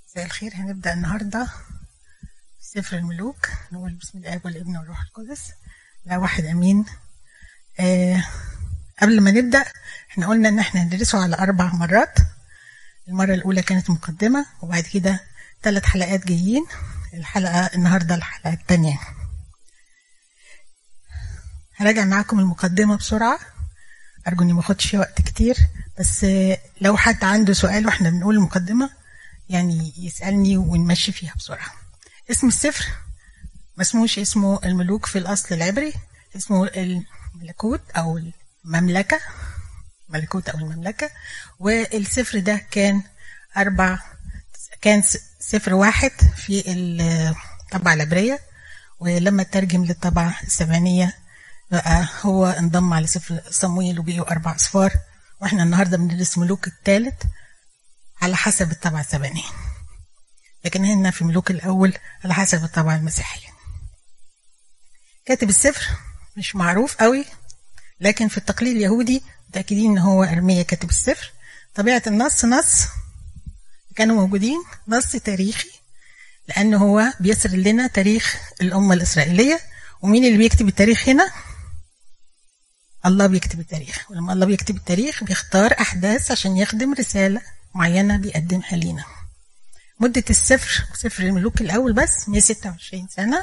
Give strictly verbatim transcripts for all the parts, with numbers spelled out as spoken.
مساء الخير. هنبدأ النهاردة سفر الملوك. نقول بسم الآب والابن والروح القدس لا واحد أمين. آه قبل ما نبدأ احنا قلنا ان احنا هندرسه على أربع مرات. المرة الأولى كانت مقدمة، وبعد كده ثلاث حلقات جايين. الحلقة النهاردة الحلقة الثانية. هراجع معاكم المقدمة بسرعة، أرجو إني ما أخدش وقت كتير، بس لو حد عنده سؤال واحنا بنقول المقدمة يعني يسألني ونمشي فيها بسرعة. اسم السفر ما اسموش اسمه الملوك في الأصل العبري، اسمه الملكوت أو المملكة، ملكوت أو المملكة. والسفر ده كان أربع كان سفر واحد في الطبعة العبرية، ولما ترجم للطبعة السبعينية بقى هو انضم على سفر صمويل وبقوا أربع أصفار. واحنا النهاردة بندرس ملوك الثالث على حسب الطبعة السبعينية، لكن هنا في ملوك الأول على حسب الطبعة المسيحية. كاتب السفر مش معروف قوي، لكن في التقليد اليهودي متأكدين ان هو أرميا كاتب السفر. طبيعة النص نص كانوا موجودين، نص تاريخي، لأنه هو بيسرد لنا تاريخ الأمة الإسرائيلية. ومين اللي بيكتب التاريخ هنا؟ الله بيكتب التاريخ. ولما الله بيكتب التاريخ بيختار أحداث عشان يخدم رسالة معينة بيقدمها لنا. مدة السفر سفر الملوك الأول بس مئة وستة وعشرين سنة.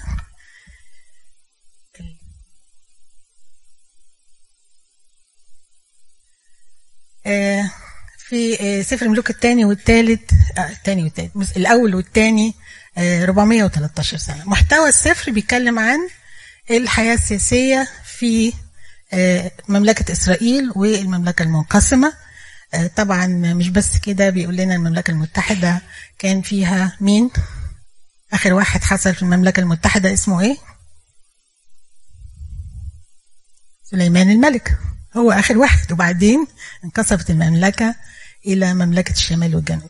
في سفر الملوك الثاني والثالث الثاني والثالث الأول والثاني أربعمئة وثلاثة عشر سنة. محتوى السفر بيتكلم عن الحياة السياسية في مملكة إسرائيل والمملكة المنقسمة. طبعا مش بس كده، بيقول لنا المملكة المتحدة كان فيها مين؟ آخر واحد حصل في المملكة المتحدة اسمه إيه؟ سليمان الملك، هو آخر واحد. وبعدين انقسمت المملكة إلى مملكة الشمال والجنوب.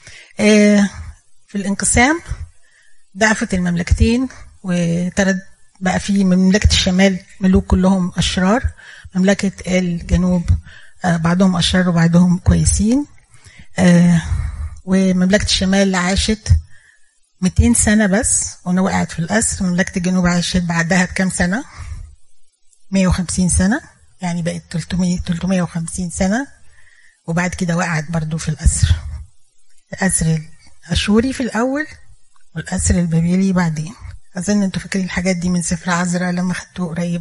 في الانقسام ضعفت المملكتين، وترد بقى في مملكة الشمال ملوك كلهم أشرار، مملكة الجنوب بعضهم أشرار وبعضهم كويسين. ومملكة الشمال عاشت مئتين سنة بس وقعت في الأسر. مملكة الجنوب عاشت بعدها بكم سنة؟ مئة وخمسين سنة، يعني بقت ثلاثمئة وخمسين سنة، وبعد كده وقعت برضو في الأسر. الأسر الأشوري في الأول والأسر البابلي بعدين. أظن أنتوا فاكرين الحاجات دي من سفر عزرا لما خدتوه قريب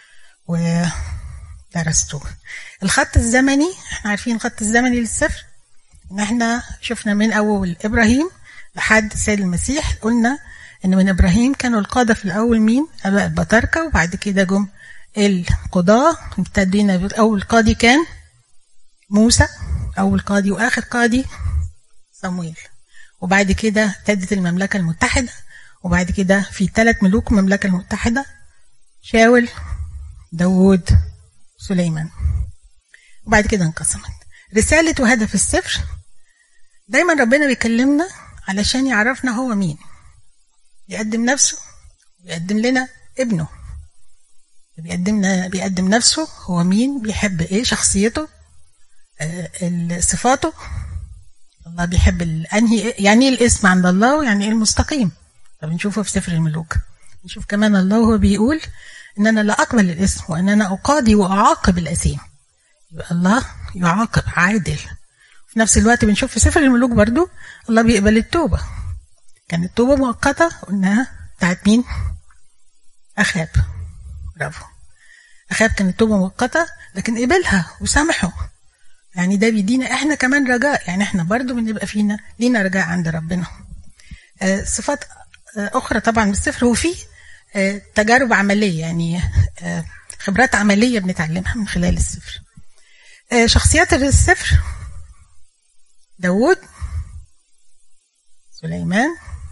ودرستوه. الخط الزمني، احنا عارفين الخط الزمني للسفر ان احنا شفنا من أول إبراهيم لحد سيد المسيح. قلنا ان من إبراهيم كانوا القادة في الأول مين؟ أباء البطاركة، وبعد كده جم القضاة. ابتدينا بأول قاضي كان موسى، أول قاضي وآخر قاضي صمويل. وبعد كده ابتدت المملكة المتحدة، وبعد كده في ثلاث ملوك المملكة المتحدة: شاول، داود، سليمان. وبعد كده انقسمت. رسالة وهدف السفر، دايما ربنا بيكلمنا علشان يعرفنا هو مين، يقدم نفسه، يقدم لنا ابنه، بيقدمنا بيقدم نفسه هو مين، بيحب ايه، شخصيته، آه صفاته. الله بيحب الانهي، يعني ايه الاسم عند الله، ويعني ايه المستقيم. فبنشوفه في سفر الملوك. نشوف كمان الله هو بيقول ان انا لا اقبل الاسم وان انا اقاضي واعاقب الاثيم. يبقى الله يعاقب، عادل. في نفس الوقت بنشوف في سفر الملوك برضو الله بيقبل التوبة. كانت التوبة مؤقتة، قلناها بتاعت مين؟ أخاب. برافو. أخاب كانت توبة مؤقتة، لكن قبلها وسامحه. يعني ده بيدينا احنا كمان رجاء، يعني احنا برضو بنبقى فينا لينا رجاء عند ربنا. آه صفات آه أخرى طبعا بالسفر، وفيه آه تجارب عملية، يعني آه خبرات عملية بنتعلمها من خلال السفر. آه شخصيات السفر: داود، سليمان،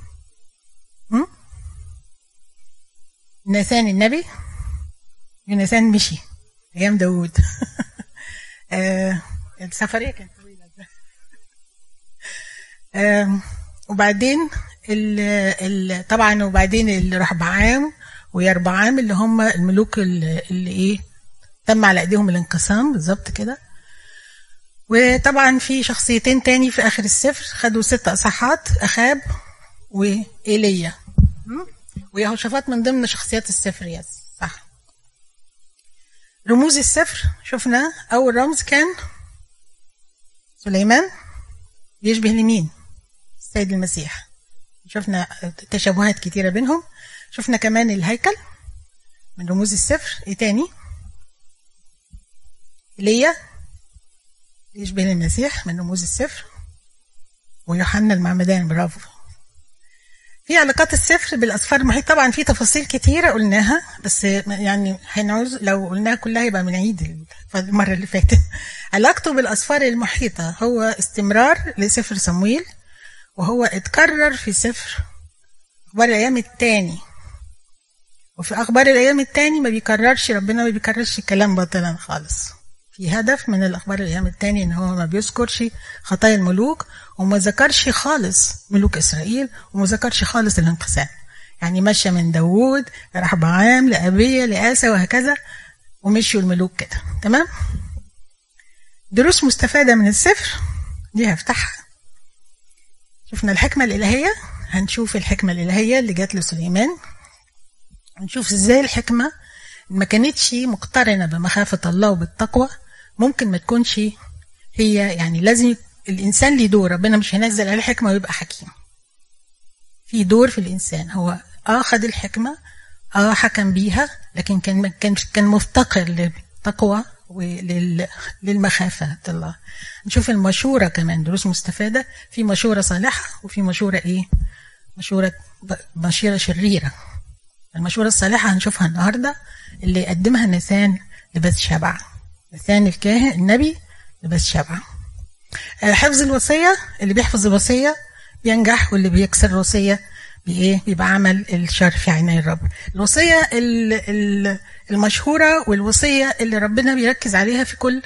ناثان النبي. يوناثان مشي ايام داود. آه السفريه كانت طويله. آه وبعدين ال ال طبعا وبعدين الرحبعام ويربعام اللي هم الملوك اللي, اللي ايه تم على ايديهم الانقسام بالظبط كده. وطبعا في شخصيتين تاني في آخر السفر خدوا ست أصحاحات، أخاب وإيليا، ويهوشافاط من ضمن شخصيات السفر. يس صح. رموز السفر شفنا أول رمز كان سليمان بيشبه لمين؟ السيد المسيح. شفنا تشابهات كتيرة بينهم. شفنا كمان الهيكل من رموز السفر. ايه تاني؟ إيليا يشبه للمسيح من رموز السفر. ويوحنا المعمدان. برافو. في علاقات السفر بالأسفار المحيطة. طبعا في تفاصيل كتيرة قلناها، بس يعني هنعوز لو قلناها كلها يبقى من عيد المرة اللي فاتت. علاقته بالأسفار المحيطة هو استمرار لسفر صمويل، وهو اتكرر في سفر أخبار الأيام التاني. وفي أخبار الأيام التاني ما بيكررش، ربنا ما بيكررش الكلام باطلا خالص. في هدف من الأخبار الأيام التاني إن هو ما بيذكرش خطايا الملوك، وما ذكرش خالص ملوك إسرائيل، وما ذكرش خالص الانقسام. يعني مشى من داوود لرحبعام لأبية لآسى وهكذا، ومشيوا الملوك كده. تمام. دروس مستفادة من السفر دي هفتحها. شفنا الحكمة الإلهية، هنشوف الحكمة الإلهية اللي جات لسليمان. هنشوف ازاي الحكمة ما كانتش مقترنة بمخافة الله وبالتقوى. ممكن ما تكونش هي، يعني لازم الإنسان ليه دور. ربنا مش هينزل عليه حكمة ويبقى حكيم. في دور في الإنسان. هو آه خد الحكمة، آه حكم بيها، لكن كان كان كان مفتقر للتقوى وللمخافة الله. نشوف المشورة كمان، دروس مستفادة. في مشورة صالحة وفي مشورة إيه؟ مشورة مشورة شريرة. المشورة الصالحة هنشوفها النهاردة، اللي قدمها ناثان لبثشبع. ناثان الكاهن النبي لبثشبع. حفظ الوصية، اللي بيحفظ الوصية بينجح، واللي بيكسر الوصية بإيه؟ بيبقى عمل الشر في عيني الرب. الوصية المشهورة والوصية اللي ربنا بيركز عليها في كل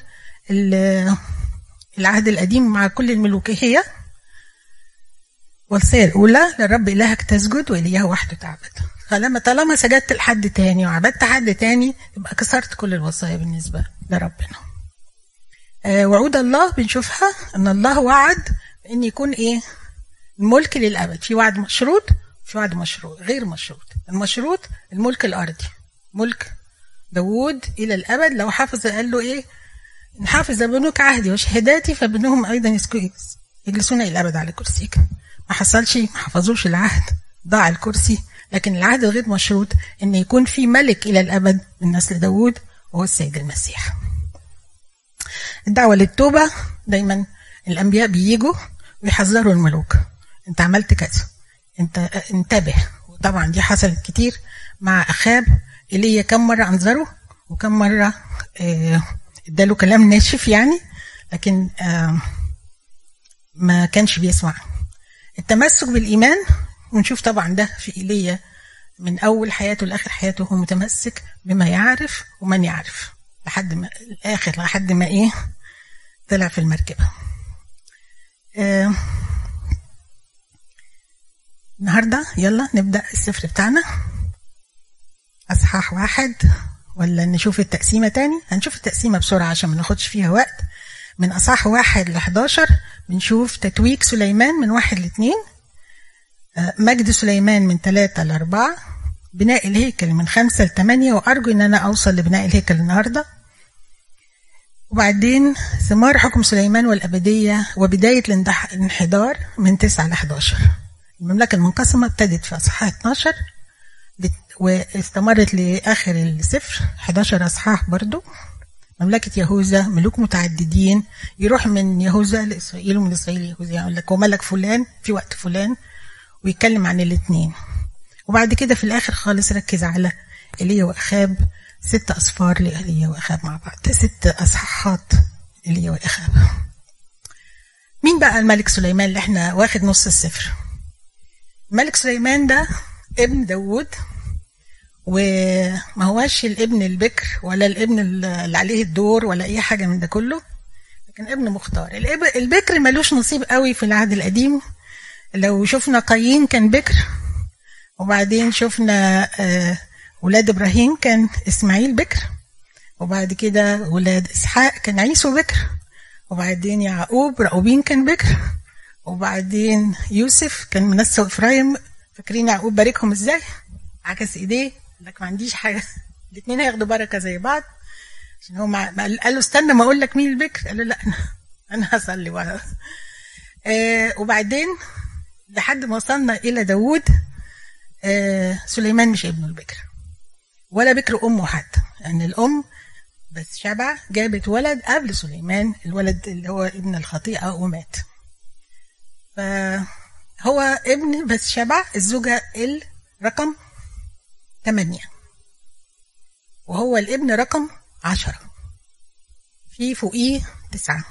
العهد القديم مع كل الملوك هي والوصية الأولى: للرب إلهك تسجد وإليه وحده تعبد. فلما طالما سجدت لحد تاني وعبدت حد تاني يبقى كسرت كل الوصايا بالنسبة لربنا. آه وعود الله بنشوفها ان الله وعد ان يكون ايه؟ الملك للأبد. في وعد مشروط، في وعد مشروط غير مشروط. المشروط الملك الأرضي، ملك داوود إلى الأبد. لو حافظ قال له ايه؟ إن حافظ بنوك عهدي وشهاداتي فبنهم أيضا يجلسون إلى الأبد على كرسيك. ما حصلش، ما حفظوش العهد، ضاع الكرسي. لكن العهد الغير مشروط ان يكون في ملك الى الابد من نسل داوود وهو السيد المسيح. الدعوة للتوبة، دايما الانبياء بييجوا ويحذروا الملوك: انت عملت كذا، انت انتبه. وطبعا دي حصلت كتير مع اخاب. ايليا كم مرة انذره وكم مرة اداله كلام ناشف يعني، لكن ما كانش بيسمع. التمسك بالايمان، ونشوف طبعا ده في إيليا من أول حياته لآخر حياته هو متمسك بما يعرف ومن يعرف لحد ما الآخر، لحد ما إيه؟ طلع في المركبة. آه النهاردة يلا نبدأ السفر بتاعنا. أصحاح واحد ولا نشوف التقسيمة تاني؟ هنشوف التقسيمة بسرعة عشان ما ناخدش فيها وقت. من أصحاح واحد لحداشر بنشوف تتويج سليمان من واحد لاثنين، مجد سليمان من ثلاثة لأربعة، بناء الهيكل من خمسة لثمانية، وأرجو أن أنا أوصل لبناء الهيكل النهاردة. وبعدين ثمار حكم سليمان والأبدية وبداية الانحدار من تسعة لحداشر. المملكة المنقسمة ابتدت في أصحاح اثناشر واستمرت لآخر السفر حداشر أصحاح برضو. مملكة يهوذا، ملوك متعددين، يروح من يهوذا لإسرائيل ومن إسرائيل ليهوذا، يقول لك وملك فلان في وقت فلان، ويتكلم عن الاثنين. وبعد كده في الآخر خالص ركز على إيليا وأخاب، ست أصفار لإيليا وأخاب مع بعض، ست أصحاحات إيليا وأخاب. مين بقى الملك سليمان اللي احنا واخد نص السفر؟ الملك سليمان ده ابن داوود، وما هواش الابن البكر ولا الابن اللي عليه الدور ولا أي حاجة من ده كله، لكن ابن مختار. البكر ملوش نصيب قوي في العهد القديم. لو شفنا قايين كان بكر، وبعدين شفنا ولاد إبراهيم كان إسماعيل بكر، وبعد كده ولاد إسحاق كان عيسو بكر، وبعدين يعقوب راؤوبين كان بكر، وبعدين يوسف كان منسى وإفرايم. فاكرين يعقوب باركهم ازاي؟ عكس ايديه، لك ما عنديش حاجه، الاثنين هياخدوا بركه زي بعض. عشان هو مع... قال له استنى ما اقول لك مين البكر، قال له لا انا انا هصلي ورا. آه وبعدين لحد ما وصلنا الى داوود. آه سليمان مش ابنه البكر ولا بكر امه حتى، لان يعني الام بس شبع جابت ولد قبل سليمان، الولد اللي هو ابن الخطيئه ومات. فهو ابن بس شبع الزوجه الرقم ثمانية، وهو الابن رقم عشرة، في فوقيه تسعة،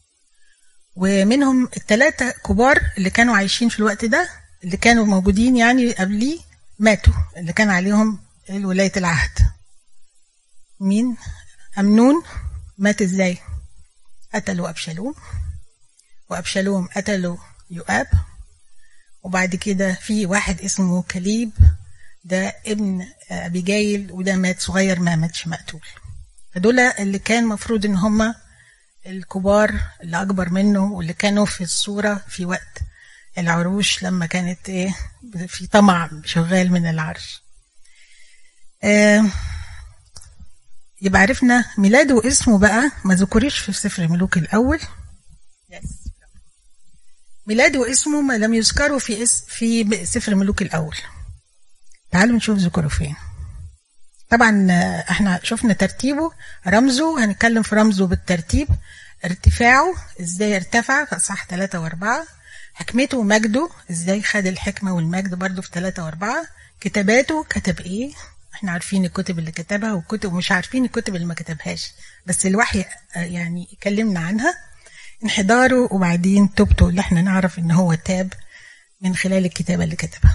ومنهم الثلاثة كبار اللي كانوا عايشين في الوقت ده، اللي كانوا موجودين يعني قبليه ماتوا، اللي كان عليهم الولاية العهد. مين؟ أمنون مات ازاي؟ قتلوا أبشالوم، وأبشالوم قتلوا يؤاب، وبعد كده في واحد اسمه كليب، ده ابن أبيجايل، وده مات صغير ما ماتش مقتول. فدول اللي كان مفروض ان هم الكبار اللي اكبر منه، واللي كانوا في الصورة في وقت العروش لما كانت ايه في طمع شغال من العرش. آه يبقى عرفنا ميلاده واسمه بقى ما ذكرش في سفر الملوك الاول. ميلاده واسمه ما لم يذكروا في اس في سفر الملوك الاول. تعالوا نشوف ذكره فين. طبعا احنا شفنا ترتيبه، رمزه، هنتكلم في رمزه بالترتيب. ارتفاعه ازاي ارتفع في اصحاح ثلاثة واربعة، حكمته ومجده ازاي خد الحكمة والمجد برضو في ثلاثة واربعة، كتاباته كتب ايه، احنا عارفين الكتب اللي كتبها والكتب ومش عارفين الكتب اللي ما كتبهاش، بس الوحي يعني اتكلمنا عنها. انحداره وبعدين توبته اللي احنا نعرف ان هو تاب من خلال الكتابة اللي كتبها.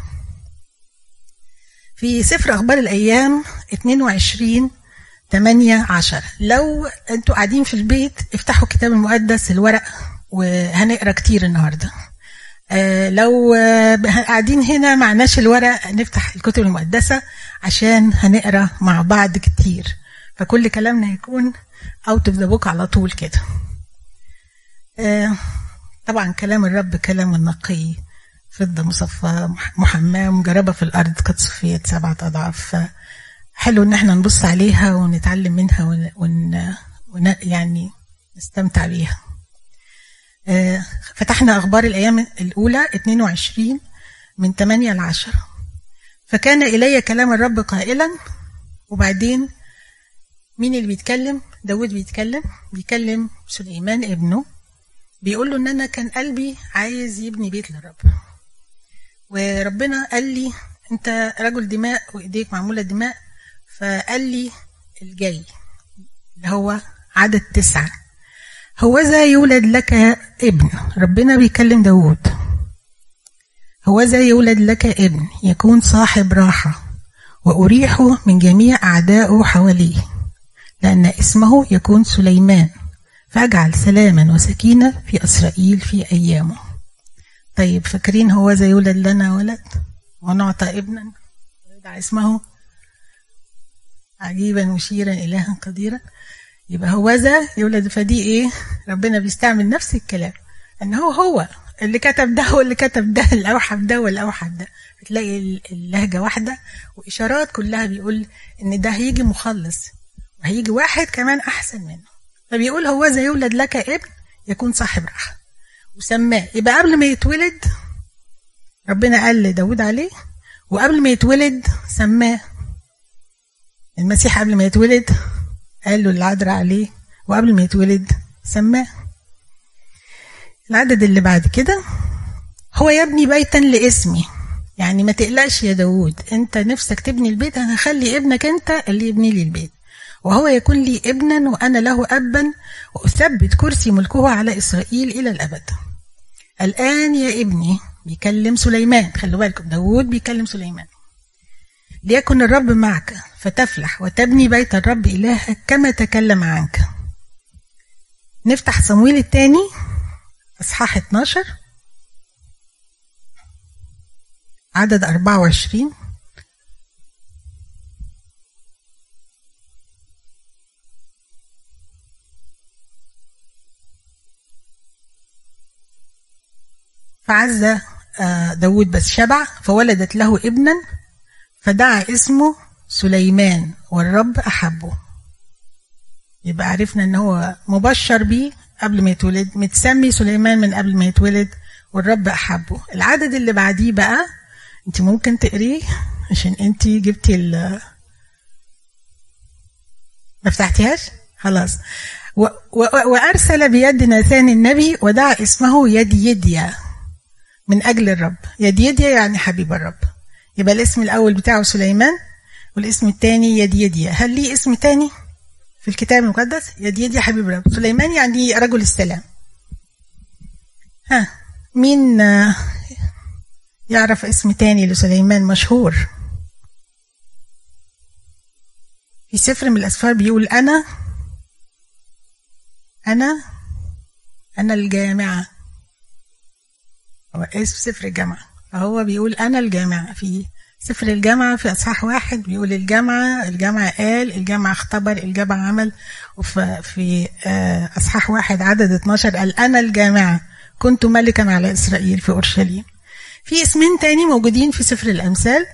في سفر أخبار الأيام اتنين وعشرين ثمانية عشر، لو أنتوا قاعدين في البيت افتحوا الكتاب المقدس الورق وهنقرأ كتير النهاردة. آه لو آه قاعدين هنا معناش الورق نفتح الكتب المقدسة عشان هنقرأ مع بعض كتير، فكل كلامنا هيكون out of the book على طول كده. آه طبعا كلام الرب كلام النقي، فضة مصفى محماة مجربة في الأرض قد صفيت سبعة أضعاف. حلو إن احنا نبص عليها ونتعلم منها ون... ون... ون... يعني نستمتع بيها. اه فتحنا أخبار الأيام الأولى اتنين وعشرين من ثمانية لعشرة. فكان إلي كلام الرب قائلا، وبعدين مين اللي بيتكلم؟ داود بيتكلم، بيكلم سليمان ابنه، بيقول له إن أنا كان قلبي عايز يبني بيت للرب، وربنا قال لي انت رجل دماء وايديك معمولة دماء، فقال لي الجاي اللي هو عدد تسعة، هوذا يولد لك ابن. ربنا بيكلم داود، هوذا يولد لك ابن يكون صاحب راحة وأريحه من جميع أعدائه حواليه، لأن اسمه يكون سليمان، فأجعل سلاما وسكينة في إسرائيل في أيامه. طيب فاكرين هوذا يولد لنا ولد ونعطى ابنا ويدعى اسمه عجيبا مشيرا إلها قديرا. يبقى هوذا يولد، فدي ايه؟ ربنا بيستعمل نفس الكلام، ان هو هو اللي كتب ده واللي كتب ده، الأوحى ده والأوحى ده، بتلاقي اللهجة واحدة وإشارات كلها بيقول ان ده هيجي مخلص وهيجي واحد كمان أحسن منه. فبيقول هوذا يولد لك ابن يكون صاحب راحة وسماه. يبقى قبل ما يتولد ربنا قال لداود عليه، وقبل ما يتولد سماه. المسيح قبل ما يتولد قال له العذراء عليه، وقبل ما يتولد سماه. العدد اللي بعد كده، هو يبني بيتا لاسمي، يعني ما تقلقش يا داود، انت نفسك تبني البيت، انا هخلي ابنك انت اللي يبني لي البيت، وهو يكون لي ابنا وانا له ابا، واثبت كرسي ملكه على اسرائيل الى الابد. الان يا ابني، بيكلم سليمان، خلوا بالكم داود بيكلم سليمان، ليكن الرب معك فتفلح وتبني بيت الرب إلهك كما تكلم عنك. نفتح صمويل الثاني اصحاح اتناشر عدد أربعة وعشرين. فعز داود بثشبع فولدت له ابنا فدعا اسمه سليمان والرب أحبه. يبقى عرفنا ان هو مبشر بيه قبل ما يتولد، متسمي سليمان من قبل ما يتولد، والرب أحبه. العدد اللي بعديه بقى انت ممكن تقريه عشان انت جبتي ال ما فتحتيهاش خلاص. و... و... وأرسل بيد ناثان النبي ودعا اسمه يديديا من أجل الرب. يديديا يعني حبيب الرب. يبقى الاسم الأول بتاعه سليمان والاسم الثاني يديديا. هل ليه اسم تاني في الكتاب المقدس؟ يديديا حبيب الرب. سليمان يعني رجل السلام. ها مين يعرف اسم تاني لسليمان مشهور؟ في سفر من الأسفار بيقول أنا أنا أنا الجامعة. هو اسم سفر الجامعة، فهو بيقول أنا الجامعة. في سفر الجامعة في أصحاح واحد بيقول الجامعة الجامعة قال، الجامعة اختبر، الجامعة عمل. وفي أصحاح واحد عدد اتناشر قال أنا الجامعة كنت ملكا على إسرائيل في أورشليم. في اسمين تاني موجودين في سفر الأمثال.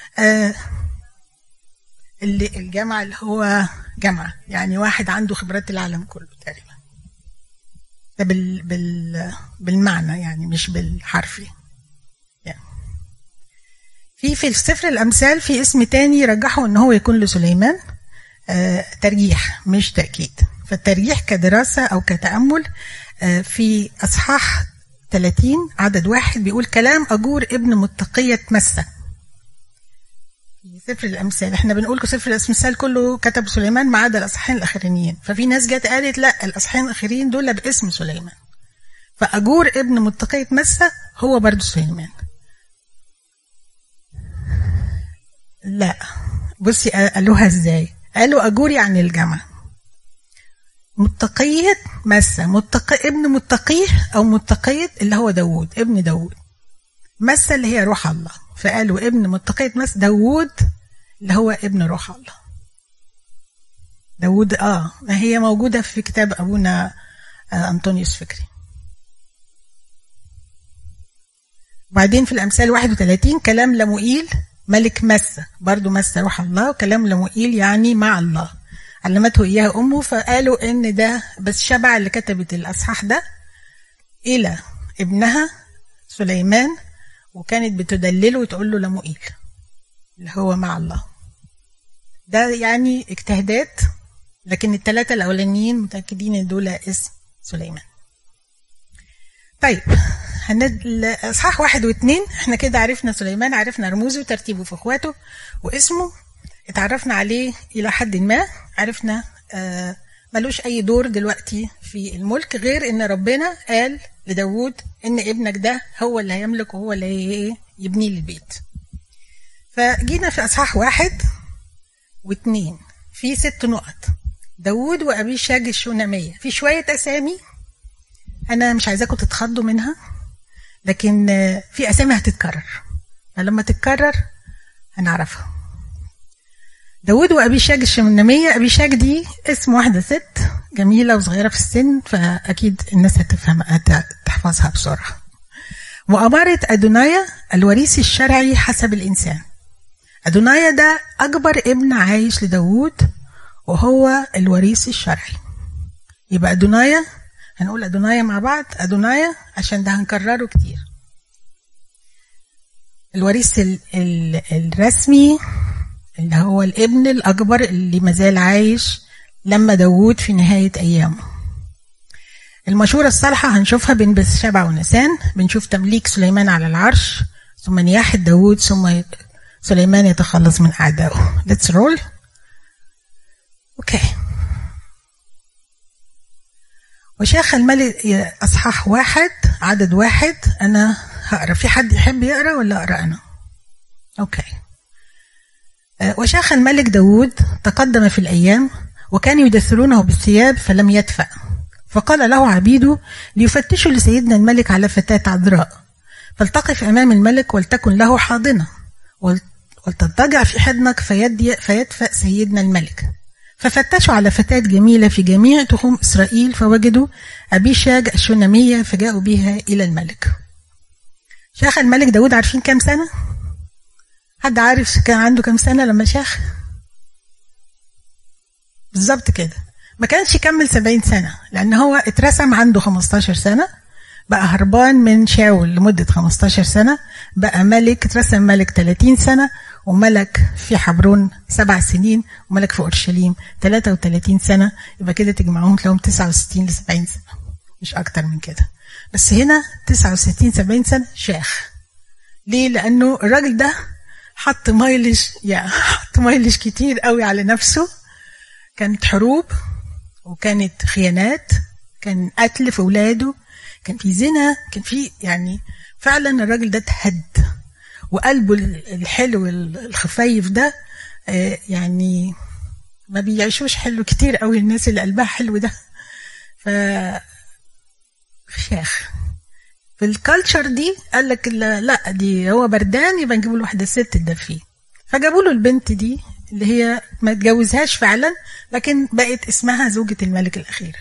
اللي الجامعة اللي هو جامعة يعني واحد عنده خبرات العالم كله تقريبا. ده بال بال بالمعنى يعني مش بالحرفي يعني. في في سفر الأمثال في اسم تاني يرجحه ان هو يكون لسليمان. آه ترجيح مش تأكيد. فالترجيح كدراسة او كتأمل آه في أصحاح ثلاثين عدد واحد بيقول كلام أجور ابن متقية مسة. سفر الأمثال احنا بنقول سفر الأمثال كله كتب سليمان ما عدا الأصحاحين الأخرانيين. ففي ناس جت قالت لا الأصحاحين الأخرين دول باسم سليمان. فأجور ابن متقية مسة هو برضو سليمان. لا بصي قالوها ازاي؟ قالوا أجور يعني الجامعة، متقية مسة متقي ابن متقيه أو متقية اللي هو داود ابن داود، مسة اللي هي روح الله. فقالوا ابن متقية مسة داود اللي هو ابن روح الله. داود اه ما هي موجودة في كتاب أبونا آه أنطونيوس فكري. وبعدين في الأمثال واحد وثلاثين كلام لموئيل ملك مسة، برضو مسة روح الله، وكلام لموئيل يعني مع الله علمته إياها أمه. فقالوا إن ده بس شبع اللي كتبت الأصحاح ده إلى ابنها سليمان، وكانت بتدلله وتقول له لموئيل اللي هو مع الله. ده يعني اجتهادات، لكن الثلاثة الأولانيين متأكدين ان دول اسم سليمان. طيب هند اصحاح واحد واثنين احنا كده عرفنا سليمان، عرفنا رموزه وترتيبه في اخواته واسمه، اتعرفنا عليه الى حد ما، عرفنا آه ملوش اي دور دلوقتي في الملك غير ان ربنا قال لداود ان ابنك ده هو اللي هيملك وهو اللي يبني لي البيت. فجينا في اصحاح واحد واثنين في ست نقط. داود وابي شاج الشونامية، في شوية اسامي انا مش عايزاكم تتخضوا منها، لكن في اسامي هتتكرر، فلما تتكرر هنعرفها. داود وابي شاج الشونامية، ابي شاج دي اسم واحدة ست جميلة وصغيرة في السن، فاكيد الناس هتفهم هتحفظها بسرعة. وأمارة أدونايا الوريث الشرعي حسب الإنسان. أدونايا ده أكبر ابن عايش لداود وهو الوريث الشرعي. يبقى أدونايا، هنقول أدونايا مع بعض، أدونايا عشان ده هنكرره كتير. الوريث ال ال الرسمي اللي هو الابن الأكبر اللي مازال عايش لما داود في نهاية أيامه. المشورة الصالحة هنشوفها بين بثشبع ونسان، بنشوف تمليك سليمان على العرش، ثم نياحة داود، ثم سليمان يتخلص من أعدائه. Let's roll. أوكي. وشاخ الملك أصحاح واحد عدد واحد. أنا هقرأ، في حد يحب يقرأ ولا أقرأ أنا؟ أوكي. وشاخ الملك داود تقدم في الأيام وكانوا يدثرونه بالثياب فلم يدفع، فقال له عبيده ليفتشوا لسيدنا الملك على فتاة عذراء، فالتقف أمام الملك ولتكن له حاضنة ولتضطجع في حضنك فيدفأ سيدنا الملك. ففتشوا على فتاة جميلة في جميع تخوم إسرائيل فوجدوا أبي شاج الشونامية فجاءوا بها إلى الملك. شاخ الملك داود عارفين كام سنة؟ حد عارف كان عنده كام سنة لما شاخ؟ بالظبط كده، ما كانش يكمل سبعين سنة، لأن هو اترسم عنده خمستاشر سنة، بقى هربان من شاول لمدة خمستاشر سنة، بقى ملك، اترسم ملك ثلاثين سنة، وملك في حبرون سبع سنين، وملك في أورشليم ثلاثة وثلاثين سنة، يبقى كده تجمعهم تلاقيهم تسعة وستين لسبعين سنة، مش أكتر من كده. بس هنا تسعة وستين سبعين سنة شاخ. ليه؟ لأنه الراجل ده حط مايلج، يعني حط مايلج كتير قوي على نفسه. كانت حروب، وكانت خيانات، كان قتل في ولاده، كان في زنا، كان في يعني فعلا الراجل ده اتهد، وقلبه الحلو الخفيف ده يعني ما بيعيشوش حلو كتير قوي الناس اللي قلبها حلو ده. ف شيخ في الكالتشر دي قال لك لا دي هو بردان، يبقى نجيب له واحده ست تدفيه، فجابوا له البنت دي اللي هي ما اتجوزهاش فعلا، لكن بقت اسمها زوجة الملك الأخير.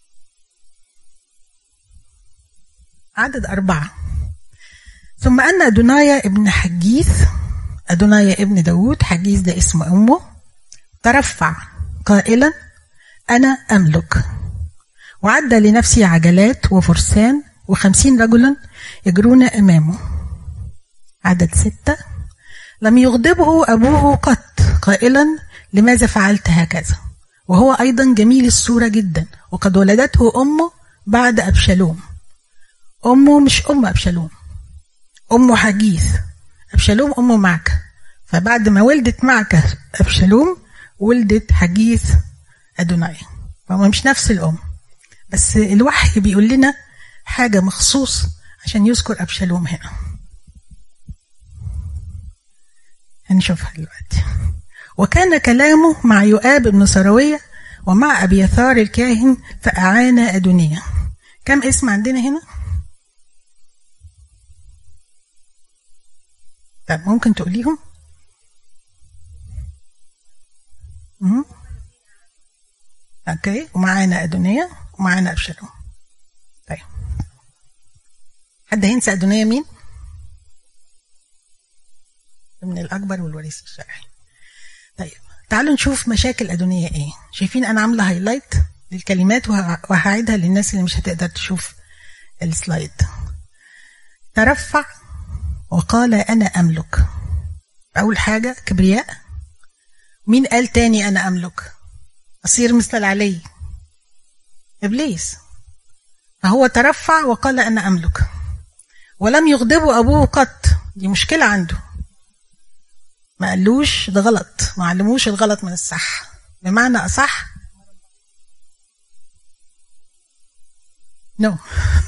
عدد أربعة. ثم أن أدونايا ابن حجيث، أدونايا ابن داود، حجيث ده اسم أمه، ترفع قائلا أنا أملك، وعد لنفسي عجلات وفرسان وخمسين رجلا يجرون أمامه. عدد ستة. لم يغضبه أبوه قط قائلا لماذا فعلت هكذا، وهو أيضا جميل الصورة جدا، وقد ولدته أمه بعد أبشالوم. أمه مش أم أبشالوم، أمه حجيث، أبشالوم أمه معكة، فبعد ما ولدت معكة أبشالوم ولدت حجيث أدوناي، فهو مش نفس الأم، بس الوحي بيقول لنا حاجة مخصوص عشان يذكر أبشالوم هنا، هنشوفها دلوقتي. وكان كلامه مع يؤاب بن سروية ومع أبيثار الكاهن فأعان أدونية. كم اسم عندنا هنا؟ طب ممكن تقوليهم؟ امم اوكي، ومعانا أدونية ومعانا أبشالوم. طيب حد هينسى أدونية مين؟ من الأكبر والوريث الشرعي. طيب تعالوا نشوف مشاكل أدونية إيه. شايفين أنا عاملة هايلايت للكلمات وهعيدها للناس اللي مش هتقدر تشوف السلايد. ترفع وقال أنا أملك. أول حاجة كبرياء. مين قال تاني أنا أملك؟ أصير مثل العلي، إبليس. فهو ترفع وقال أنا أملك. ولم يغضبه أبوه قط، دي مشكلة عنده، ما قالوش ده غلط، ما علموش الغلط من الصح، بمعنى أصح نو no.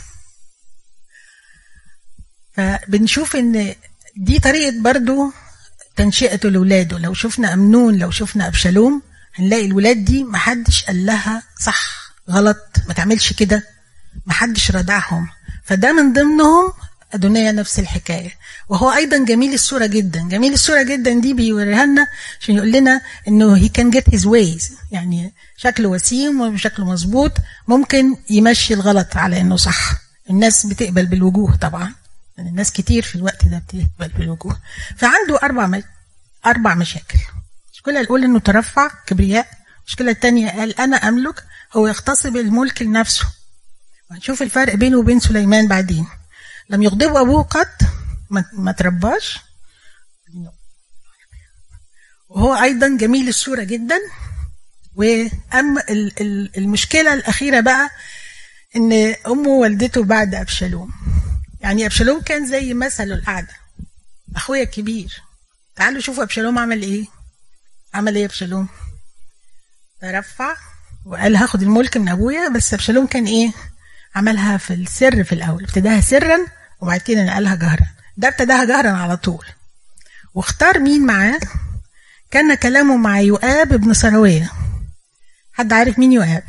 فبنشوف ان دي طريقة برضو تنشئته لولاده. لو شفنا أمنون، لو شفنا أبشالوم، هنلاقي الولاد دي محدش قال لها صح غلط ما تعملش كده، محدش ردعهم، فده من ضمنهم أدونية نفس الحكاية. وهو أيضا جميل الصورة جدا. جميل الصورة جدا دي بيوريها لنا عشان يقول لنا إنه he can get his ways، يعني شكله وسيم وشكله مظبوط، ممكن يمشي الغلط على إنه صح. الناس بتقبل بالوجوه طبعا، يعني الناس كتير في الوقت ده بتقبل بالوجوه. فعنده أربع م... أربع مشاكل. المشكلة الأولى إنه ترفع كبرياء. المشكلة الثانية قال أنا أملك، هو يغتصب الملك لنفسه. وهنشوف الفرق بينه وبين سليمان بعدين. لم يغضبه أبوه قط، ما ترباش، وهو أيضا جميل الصورة جدا. وأم المشكلة الأخيرة بقى إن أمه والدته بعد أبشالوم. يعني أبشالوم كان زي مثله الأعلى، أخويا الكبير. تعالوا شوفوا أبشالوم عمل إيه. عمل إيه أبشالوم؟ ترفع وقال هاخد الملك من أبويا، بس أبشالوم كان إيه؟ عملها في السر في الأول، ابتداها سرا وبعد كده نقلها جهرا. ده ابتداها جهرا على طول. واختار مين معاه؟ كان كلامه مع يؤاب بن سروية. حد عارف مين يؤاب؟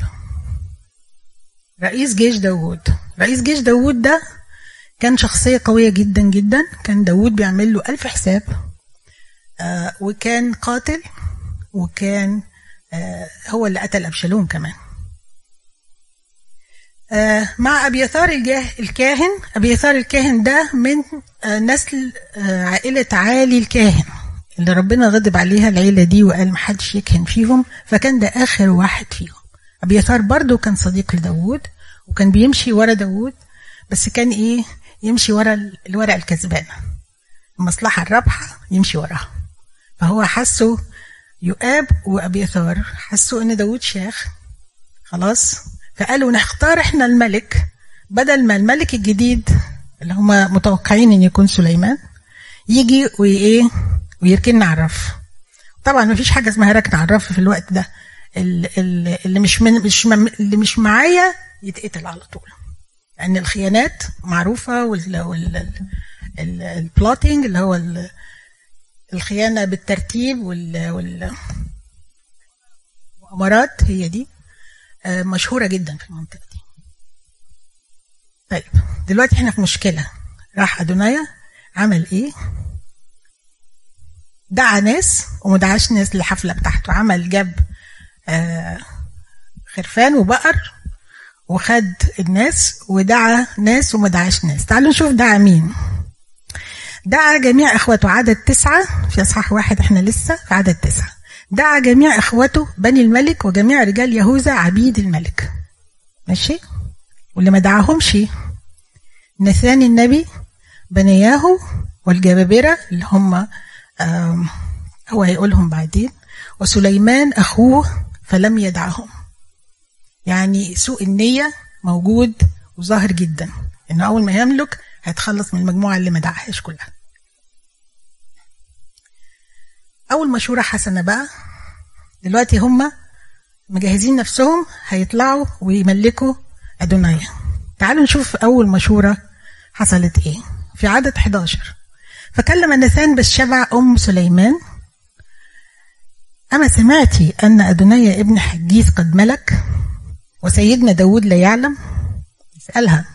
رئيس جيش داود. رئيس جيش داود ده كان شخصية قوية جدا جدا. كان داود بيعمل له ألف حساب، آه وكان قاتل، وكان آه هو اللي قتل أبشالوم كمان. مع أبيثار الكاهن. أبيثار الكاهن ده من نسل عائلة عالي الكاهن اللي ربنا غضب عليها العيلة دي وقال محدش يكهن فيهم، فكان ده آخر واحد فيهم. أبيثار برضو كان صديق لداود وكان بيمشي ورا داود، بس كان إيه؟ يمشي ورا الورق الكسبانة، المصلحة الرابحة يمشي وراها. فهو حسوا يؤاب وأبيثار حسوا إن داود شيخ خلاص، فقالوا نختار إحنا الملك بدل ما الملك الجديد اللي هم متوقعين إن يكون سليمان يجي وإيه ويركننا على الرف. طبعا ما فيش حاجة اسمها ركن على الرف في الوقت ده، اللي مش من مش اللي مش معايا يتقتل على طول، لأن الخيانات معروفة والبلوتينج اللي هو الخيانة بالترتيب والمؤامرات هي دي مشهورة جدا في المنطقة دي. طيب دلوقتي احنا في مشكلة. راح أدونايا عمل ايه؟ دعا ناس ومدعاش ناس للحفلة بتاعته. عمل جاب آه خرفان وبقر وخد الناس ودعا ناس ومدعاش ناس. تعالوا نشوف دعا مين. دعا جميع اخوته، عدد تسعة في اصحاح واحد، احنا لسه في عدد تسعة. دعا جميع اخوته بني الملك وجميع رجال يهوذا عبيد الملك. ماشي. واللي ما دعاهمش نثان النبي، بنياهو والجبابرة اللي هم هو هيقولهم بعدين، وسليمان أخوه فلم يدعهم. يعني سوء النية موجود وظاهر جدا، إنه أول ما يملك هيتخلص من المجموعة اللي ما دعاهاش كلها. أول مشورة حسنة بقى، دلوقتي هم مجهزين نفسهم هيطلعوا ويملكوا أدونايا. تعالوا نشوف أول مشورة حصلت إيه في عدد حداشر. فكلم نثان بالشبع أم سليمان: أما سمعتي أن أدونايا ابن حجيث قد ملك وسيدنا داود لا يعلم؟ اسألها.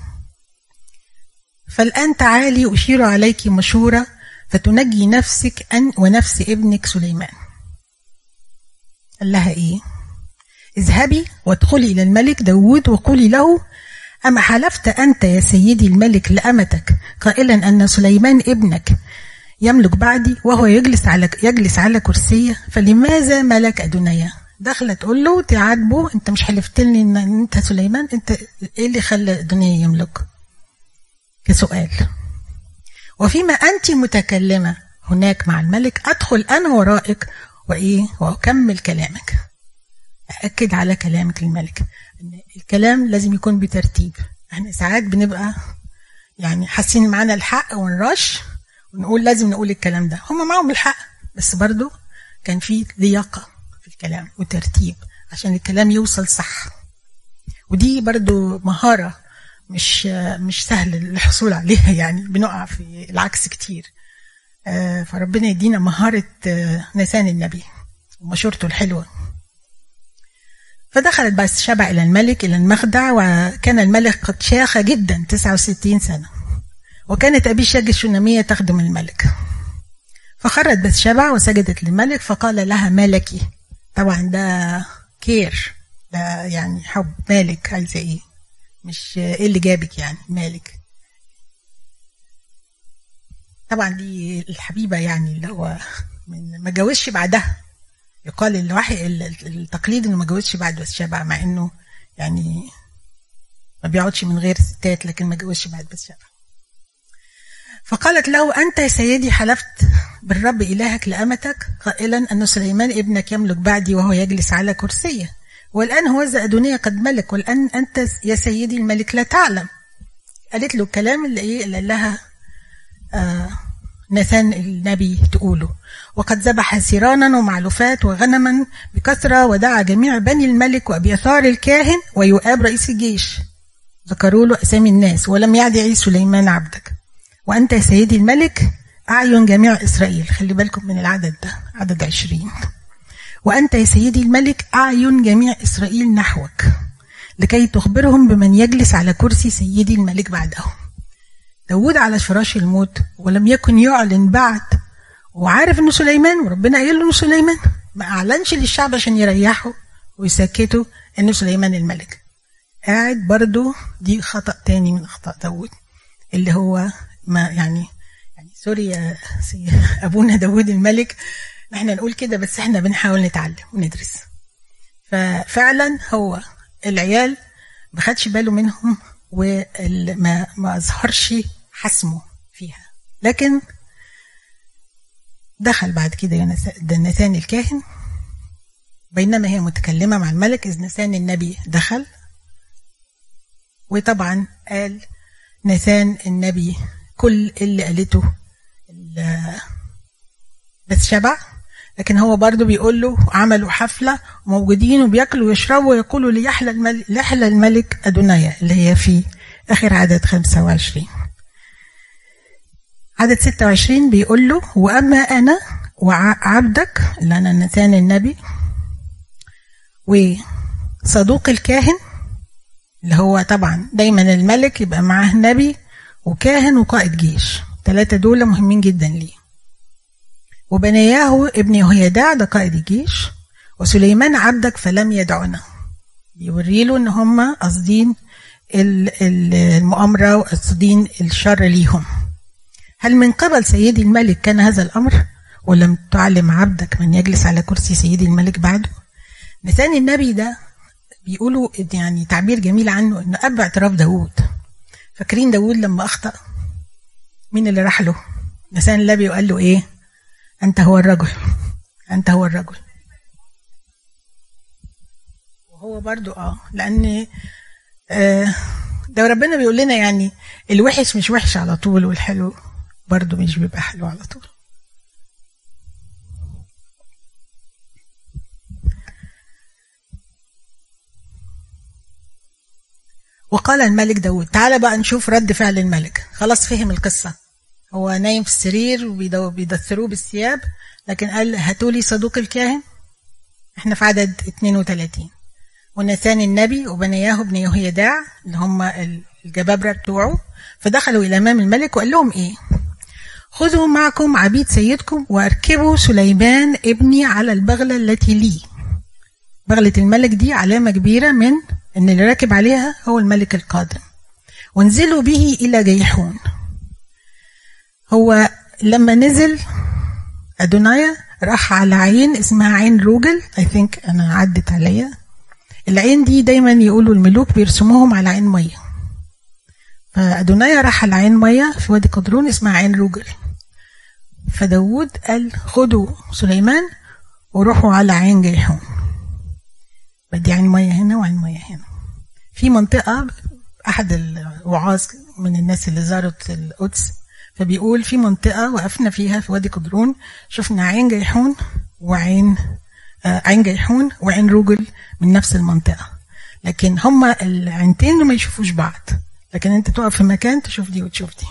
فالآن تعالي أشير عليك مشورة فتنجي نفسك أن ونفس ابنك سليمان. قال لها إيه؟ اذهبي وادخلي إلى الملك داود وقولي له: أما حلفت أنت يا سيدي الملك لأمتك قائلا أن سليمان ابنك يملك بعدي وهو يجلس على يجلس على كرسيه، فلماذا ملك أدونايا؟ دخل تقول له تعاتبه: أنت مش حلفت لي أن أنت سليمان؟ أنت إيه اللي خلى أدونايا يملك؟ كسؤال. وفيما أنت متكلمة هناك مع الملك أدخل أنا ورائك وإيه وأكمل كلامك. أأكد على كلامك الملك. الكلام لازم يكون بترتيب. احنا ساعات بنبقى يعني حاسين معانا الحق ونرش ونقول لازم نقول الكلام ده. هم معهم الحق، بس برضو كان في لياقة في الكلام وترتيب عشان الكلام يوصل صح. ودي برضو مهارة مش مش سهل الحصول عليها، يعني بنقع في العكس كتير. فربنا يدينا مهارة نثان النبي ومشورته الحلوة. فدخلت بس شبع إلى الملك إلى المخدع، وكان الملك قد شاخ جدا تسعة وستين سنة، وكانت أبي شاج الشنامية تخدم الملك. فخرت بس شبع وسجدت للملك فقال لها: مالكي. طبعا ده كير، ده يعني حب. مالك عايزة إيه؟ مش إيه اللي جابك يعني مالك. طبعا دي الحبيبة يعني اللي هو من ما جوزش بعدها. يقال الواحد التقليد انه ما جوزش بعد بس شبع، مع انه يعني ما بيقعدش من غير ستات، لكن ما جوزش بعد بس شبع. فقالت له: أنت يا سيدي حلفت بالرب إلهك لأمتك قائلا أن سليمان ابنك يملك بعدي وهو يجلس على كرسيه، والآن هوذا أدونيا قد ملك، والآن أنت يا سيدي الملك لا تعلم. قالت له الكلام اللي إيه اللي لها آه نثان النبي تقوله: وقد ذبح سيرانا ومعلوفات وغنما بكثرة، ودعا جميع بني الملك وأبيثار الكاهن ويؤاب رئيس الجيش، ذكروا له أسامي الناس، ولم يدع سليمان عبدك. وأنت يا سيدي الملك أعين جميع إسرائيل. خلي بالكم من العدد ده، عدد عشرين. وأنت يا سيدي الملك أعين جميع إسرائيل نحوك لكي تخبرهم بمن يجلس على كرسي سيدي الملك بعدهم. داود على فراش الموت ولم يكن يعلن بعد، وعارف انه سليمان، وربنا قال له انه سليمان، ما اعلنش للشعب عشان يريحوا ويسكتوا انه سليمان الملك. قاعد برضو، دي خطأ تاني من أخطاء داود، اللي هو ما يعني يعني سوري يا أبونا داود الملك، احنا نقول كده بس احنا بنحاول نتعلم وندرس. ففعلا هو العيال ما خدش باله منهم وما ما أظهرش حسمه فيها، لكن دخل بعد كده ناثان الكاهن بينما هي متكلمة مع الملك، إذ ناثان النبي دخل، وطبعا قال ناثان النبي كل اللي قالته بس شبع، لكن هو برضو بيقول له عملوا حفلة وموجودين وبيأكلوا ويشربوا ويقولوا ليحلى الملك, ليحلى الملك أدونايا، اللي هي في آخر عدد خمسة وعشرين. عدد ستة وعشرين بيقول له وأما أنا وعبدك اللي أنا ناثان النبي وصدوق الكاهن، اللي هو طبعا دايما الملك يبقى معاه نبي وكاهن وقائد جيش، ثلاثة دول مهمين جدا ليه، وبنياه ابن يهويداع ده قائد الجيش، وسليمان عبدك فلم يدعونا، بيوري له ان هم قاصدين المؤامرة وقاصدين الشر ليهم. هل من قبل سيدي الملك كان هذا الأمر، ولم تعلم عبدك من يجلس على كرسي سيدي الملك بعده؟ ناثان النبي ده بيقولوا يعني تعبير جميل عنه انه اب اعتراف داود. فاكرين داود لما اخطأ مين اللي راح له؟ ناثان النبي وقال له ايه؟ انت هو الرجل، انت هو الرجل. وهو برضو اه لان آه ده ربنا بيقول لنا يعني الوحش مش وحش على طول والحلو برضو مش بيبقى حلو على طول. وقال الملك داود، تعال بقى نشوف رد فعل الملك. خلاص فهم القصة، هو نايم في السرير وبيدثروه بالثياب، لكن قال هاتولي صدوق الكاهن. احنا في عدد اثنين وثلاثين. وناثان النبي وبنياه ابن يهويداع اللي هم الجبابرة بتوعه، فدخلوا إلى أمام الملك وقال لهم إيه؟ خذوا معكم عبيد سيدكم واركبوا سليمان ابني على البغلة التي لي. بغلة الملك دي علامة كبيرة من ان اللي راكب عليها هو الملك القادم. وانزلوا به الى جيحون. هو لما نزل أدونايا راح على عين اسمها عين روجل، I think انا عدت عليا. العين دي دايما يقولوا الملوك بيرسموهم على عين مية، فأدونايا راح على عين مية في وادي قدرون اسمها عين روجل. فداود قال خدوا سليمان وروحوا على عين جيحون. بدي عين مية هنا وعين مية هنا. في منطقة أحد الوعاظ من الناس اللي زارت القدس فبيقول في منطقة وقفنا فيها في وادي قدرون شفنا عين جيحون وعين آه عين جيحون وعين روجل من نفس المنطقة، لكن هما العينتين ما يشوفوش بعض، لكن انت تقف في مكان تشوف دي وتشوف دي.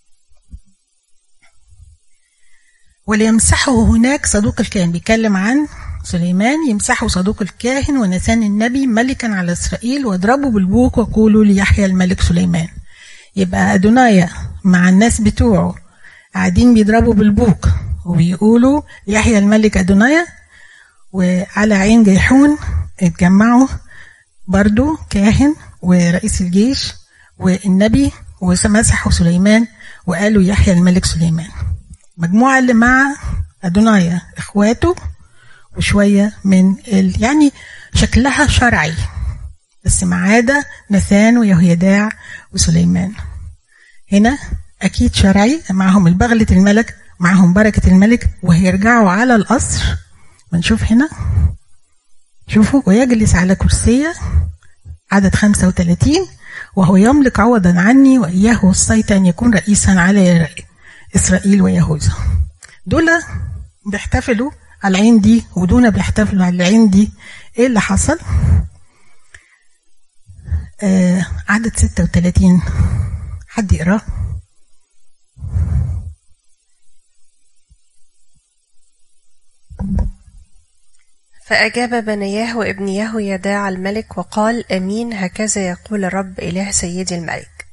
وليمسحه هناك صدوق الكاهن، بيتكلم عن سليمان، يمسحوا صدوق الكاهن وناثان النبي ملكا على إسرائيل واضربوا بالبوق وقولوا ليحيى الملك سليمان. يبقى أدونايا مع الناس بتوعه قاعدين بيضربوا بالبوق وبيقولوا ليحيى الملك أدونايا، وعلى عين جيحون اتجمعوا برضو كاهن ورئيس الجيش والنبي ومسحوا سليمان وقالوا يحيى الملك سليمان. مجموعة اللي مع أدونايا إخواته وشوية من ال... يعني شكلها شرعي، بس ما عدا ناثان ويهويداع وسليمان. هنا أكيد شرعي، معهم البغلة الملك، معهم بركة الملك، وهيرجعوا على القصر. بنشوف هنا شوفوا ويجلس على كرسية عدد خمسة وثلاثين وهو يملك عوضا عني وإياه وصيت أن يكون رئيسا على إسرائيل ويهوذا. دول بيحتفلوا على العين دي ودون بيحتفلوا على العين دي. ايه اللي حصل؟ آه عدد ستة وثلاثين حد يقرأ؟ فأجاب بنياه وابن يهويداع الملك وقال أمين، هكذا يقول الرب إله سيدي الملك.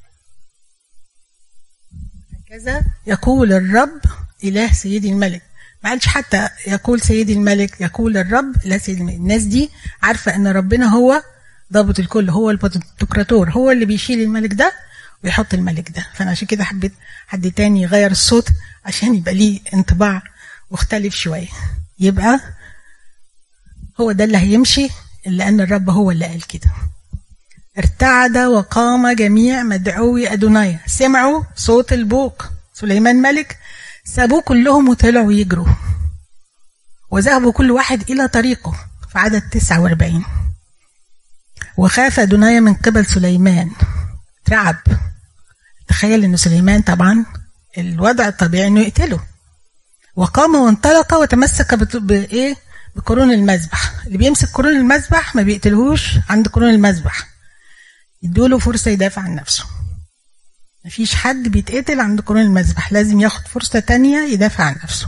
هكذا يقول الرب إله سيدي الملك، ما قالش حتى يقول سيدي الملك، يقول الرب لا سيدي الملك. الناس دي عارفة ان ربنا هو ضابط الكل، هو البنتوكراتور، هو اللي بيشيل الملك ده ويحط الملك ده. فأنا عشان كده حبيت حد تاني يغير الصوت عشان يبقى ليه انطباع مختلف شوية. يبقى هو ده اللي هيمشي، لأن الرب هو اللي قال كده. ارتعد وقام جميع مدعوي أدوناي، سمعوا صوت البوق سليمان ملك، سابوه كلهم وطلعوا يجروا وذهبوا كل واحد إلى طريقه. في عدد تسعة واربعين. وخاف أدوناي من قبل سليمان، ترعب. تخيل أن سليمان طبعا الوضع الطبيعي أنه يقتله. وقام وانطلق وتمسك بإيه؟ بقرون المذبح. اللي بيمسك قرون المذبح ما بيقتلهوش عند قرون المذبح، يدوله فرصة يدافع عن نفسه. مفيش حد بيتقتل عند قرون المذبح، لازم ياخد فرصة تانية يدافع عن نفسه.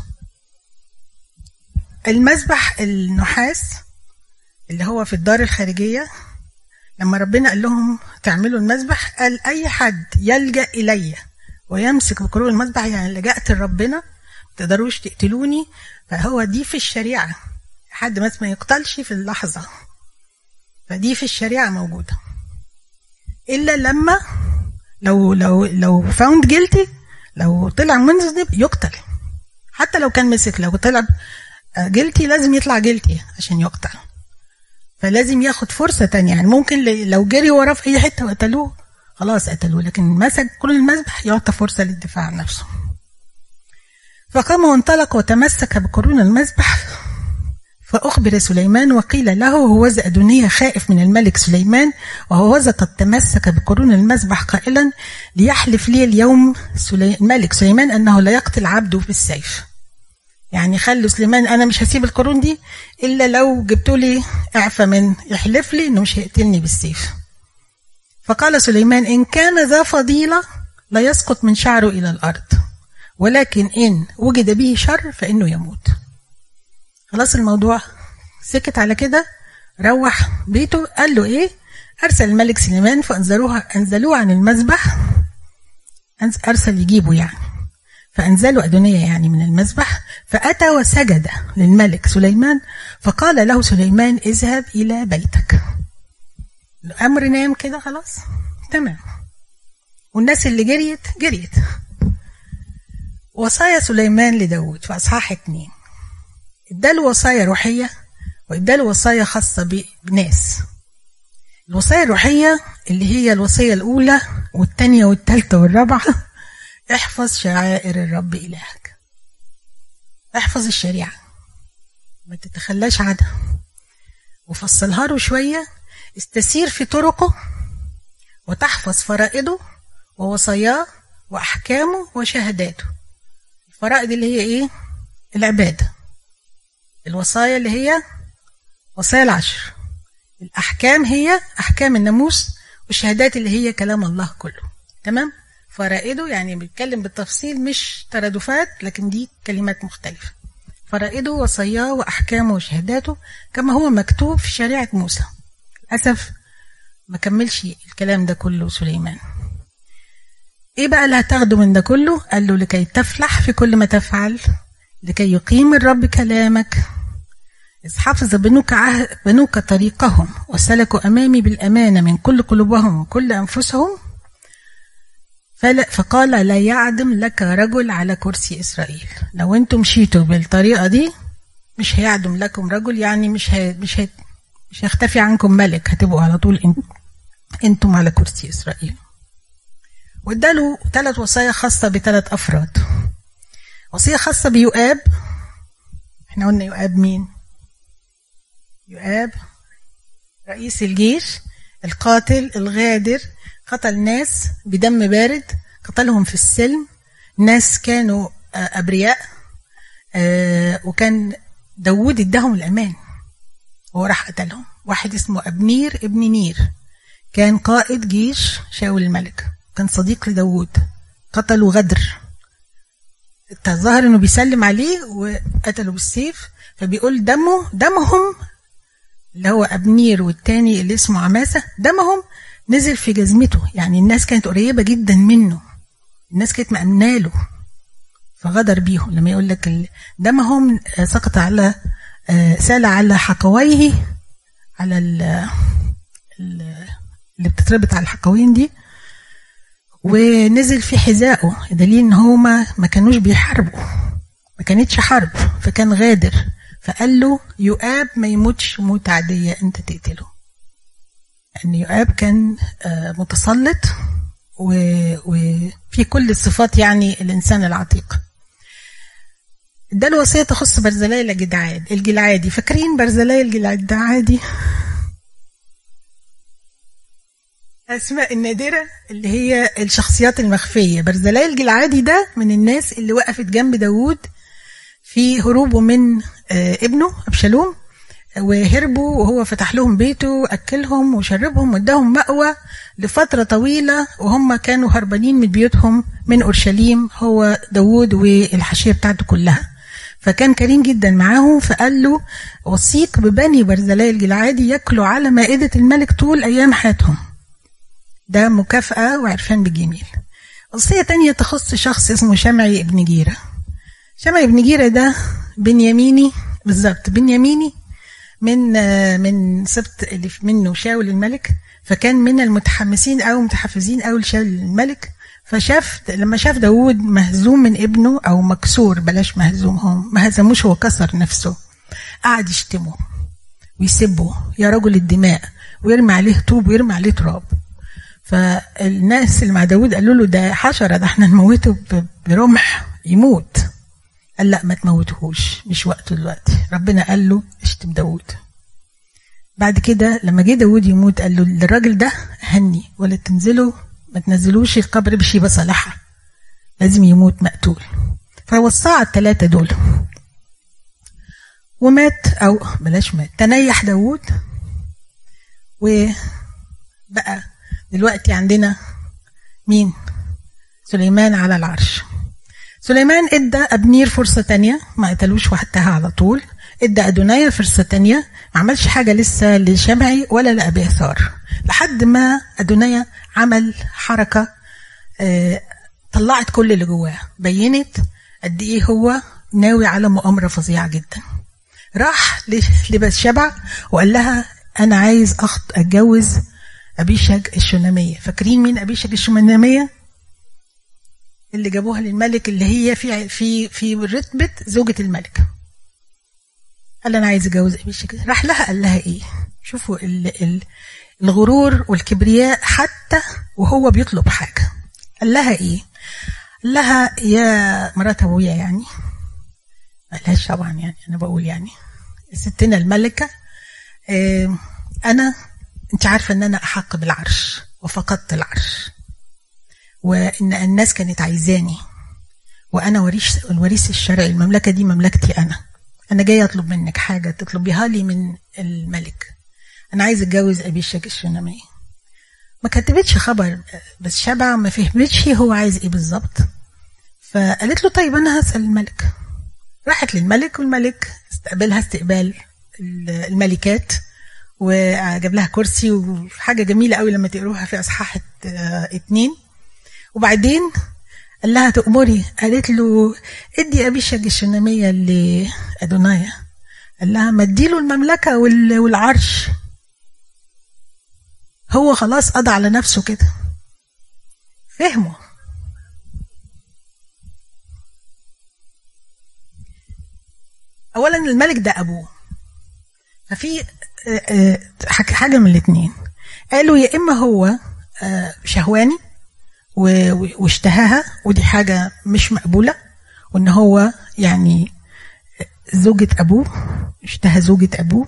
المذبح النحاس اللي هو في الدار الخارجية، لما ربنا قال لهم تعملوا المذبح، قال أي حد يلجأ إلي ويمسك بقرون المذبح، يعني لجأت لربنا، تقدروش تقتلوني. فهو دي في الشريعة، حد ما يقتلش في اللحظة، فدي في الشريعة موجودة. إلا لما لو لو لو found guilty، لو طلع مذنب يقتل، حتى لو كان مسك، لو طلع guilty لازم يطلع guilty عشان يقتل. فلازم ياخد فرصة تانية، يعني ممكن لو جري وراه في أي حتة وقتلوه خلاص قتلوه، لكن مسك كل المذبح يعطى فرصة للدفاع عن نفسه. فقام وانطلق وتمسك بقرون المذبح، فأخبر سليمان وقيل له هوذا أدونية خائف من الملك سليمان، وهوذا قد تمسك بقرون المذبح قائلا ليحلف لي اليوم سلي... الملك سليمان أنه لا يقتل عبده بالسيف. يعني خلوا سليمان أنا مش هسيب القرون دي إلا لو جبتوا لي إعفى من يحلف لي إنه مش هيقتلني بالسيف. فقال سليمان إن كان ذا فضيلة لا يسقط من شعره إلى الأرض، ولكن إن وجد به شر فإنه يموت. خلاص الموضوع سكت على كده، روح بيته. قال له إيه؟ أرسل الملك سليمان فأنزلوه أنزلوه عن المذبح، أرسل يجيبه يعني، فأنزلوا أدونية يعني من المذبح، فأتى وسجد للملك سليمان. فقال له سليمان اذهب إلى بيتك. الأمر نام كده خلاص تمام، والناس اللي جريت جريت. وصايا سليمان لداود في أصحاح اتنين، اداله وصايا روحية واداله وصايا خاصة بناس. الوصايا الروحية اللي هي الوصية الأولى والثانية والثالثة والرابعة، احفظ شعائر الرب إلهك، احفظ الشريعة ما تتخلاش عنها، وفصلها له شوية، استسير في طرقه وتحفظ فرائضه ووصاياه وأحكامه وشهاداته. الفرائض اللي هي إيه؟ العبادة. الوصايا اللي هي وصايا العشر. الأحكام هي أحكام الناموس، والشهادات اللي هي كلام الله كله. تمام؟ فرائده يعني بيتكلم بالتفصيل مش ترادفات، لكن دي كلمات مختلفة. فرائده وصاياه وأحكامه وشهاداته كما هو مكتوب في شريعة موسى. للأسف ما كملش الكلام ده كله سليمان. ايه بقى اللي هتاخده من ده كله؟ قال له لكي تفلح في كل ما تفعل، لكي يقيم الرب كلامك، إذ حفظ بنوك, عه... بنوك طريقهم وسلكوا أمامي بالأمانة من كل قلوبهم وكل أنفسهم. فلا... فقال لا يعدم لك رجل على كرسي إسرائيل. لو انتم مشيتوا بالطريقة دي مش هيعدم لكم رجل، يعني مش هي... مش هي... مش هيختفي عنكم ملك، هتبقوا على طول انت... انتم على كرسي إسرائيل. واداله ثلاث وصايا خاصة بثلاث أفراد. وصية خاصة بيؤاب. احنا قلنا يؤاب مين؟ يؤاب رئيس الجيش القاتل الغادر، قتل ناس بدم بارد، قتلهم في السلم، ناس كانوا أبرياء، وكان داود اداهم الأمان وهو راح قتلهم. واحد اسمه أبنير ابن نير، كان قائد جيش شاول الملك، كان صديق لداود، قتلوا غدر، الظاهر انه بيسلم عليه وقتلوا بالسيف. فبيقول دمه دمهم اللي هو أبنير والتاني اللي اسمه عماسة، دمهم نزل في جزمته. يعني الناس كانت قريبة جدا منه، الناس كانت مأمناله، فغدر بيهم. لما يقول لك دمهم سقط على سال على حقويه، على اللي بتتربط على الحقوين دي، ونزل في حذائه، دليل ان هما ما كانوش بيحاربوا، ما كانتش حرب، فكان غادر. فقال له يؤاب ما يموتش موت عادية، انت تقتله. ان يؤاب كان متسلط وفي كل الصفات يعني الانسان العتيق. ده الوصية تخص برزلاي الجدعاد الجلعادي. فاكرين برزلاي الجلعادي؟ أسماء النادرة اللي هي الشخصيات المخفية. برزلاي الجلعادي ده من الناس اللي وقفت جنب داود في هروبه من ابنه أبشالوم، وهربوا وهو فتح لهم بيته وأكلهم وشربهم واداهم مأوى لفترة طويلة، وهم كانوا هربانين من بيوتهم من أورشليم، هو داود والحاشية بتاعته كلها. فكان كريم جدا معاهم، فقال له وصيك ببني برزلاي الجلعادي يأكلوا على مائدة الملك طول أيام حياتهم. ده مكافأة وعرفان بالجميل. وصية تانية تخص شخص اسمه شمعي ابن جيرة. شمعي ابن جيرة ده بنياميني بالظبط، بنياميني من من سبط اللي منه شاول الملك، فكان من المتحمسين أو متحفزين أو لشاول الملك. فشاف لما شاف داود مهزوم من ابنه أو مكسور، بلاش مهزوم، هم ما هزموش، هو كسر نفسه، قعد يشتمه ويسبه يا رجل الدماء، ويرمي عليه طوب ويرمي عليه تراب. فالناس اللي مع داود قالوا له ده حشرة، ده احنا نموته برمح يموت. قال لا، ما تموتهوش، مش وقته دلوقتي. ربنا قال له اشتم داود. بعد كده لما جه داود يموت قال له للراجل ده هني، ولا تنزله، ما تنزلوش القبر بشيبة صالحة، لازم يموت مقتول. فوصى على الثلاثة دول ومات، او بلاش مات، تنيح داود. وبقى دلوقتي عندنا مين؟ سليمان على العرش. سليمان ادى أبنير فرصة تانية، ما قتلوش وقتها على طول. ادى أدونايا فرصة تانية، ما عملش حاجة لسه لشمعي ولا لأبيثار، لحد ما أدونايا عمل حركة اه طلعت كل اللي جواه، بينت قد ايه هو ناوي على مؤامرة فظيعة جدا. راح لبثشبع وقال لها انا عايز اخط اتجوز أبيشج الشونامية. فاكرين مين أبيشج الشونامية؟ اللي جابوها للملك، اللي هي في في في رتبة زوجة الملك. قال انا عايز اتجوز أبيشج. راح لها قال لها ايه؟ شوفوا ال ال الغرور والكبرياء حتى وهو بيطلب حاجة. قال لها ايه؟ قال لها يا مرات ابويا، يعني قالهاش طبعا، يعني انا بقول يعني ستنا الملكة، اه انا انت عارفة ان انا احق بالعرش وفقدت العرش، وان الناس كانت عايزاني، وانا وريث الوريث الشرعي، المملكة دي مملكتي انا. انا جاي اطلب منك حاجة تطلبيها لي من الملك، انا عايز اتجوز أبيشج الشونامية. ما كتبتش خبر، بس شبع ما فهمتش هو عايز ايه بالظبط. فقالت له طيب انا هسأل الملك. راحت للملك، والملك استقبلها استقبال الملكات، وجاب لها كرسي وحاجة جميلة قوي لما تقروها في اصحاح اتنين. وبعدين قال لها تأمري؟ قالت له ادي أبيشج الشونامية لأدونايا. قال لها ما اديله المملكة والعرش، هو خلاص قضى على نفسه كده. فهموا؟ اولا الملك ده ابوه، ففي حاجة من الاثنين. قالوا يا اما هو شهواني واشتهاها، ودي حاجة مش مقبولة، وان هو يعني زوجة ابوه، اشتهى زوجة ابوه،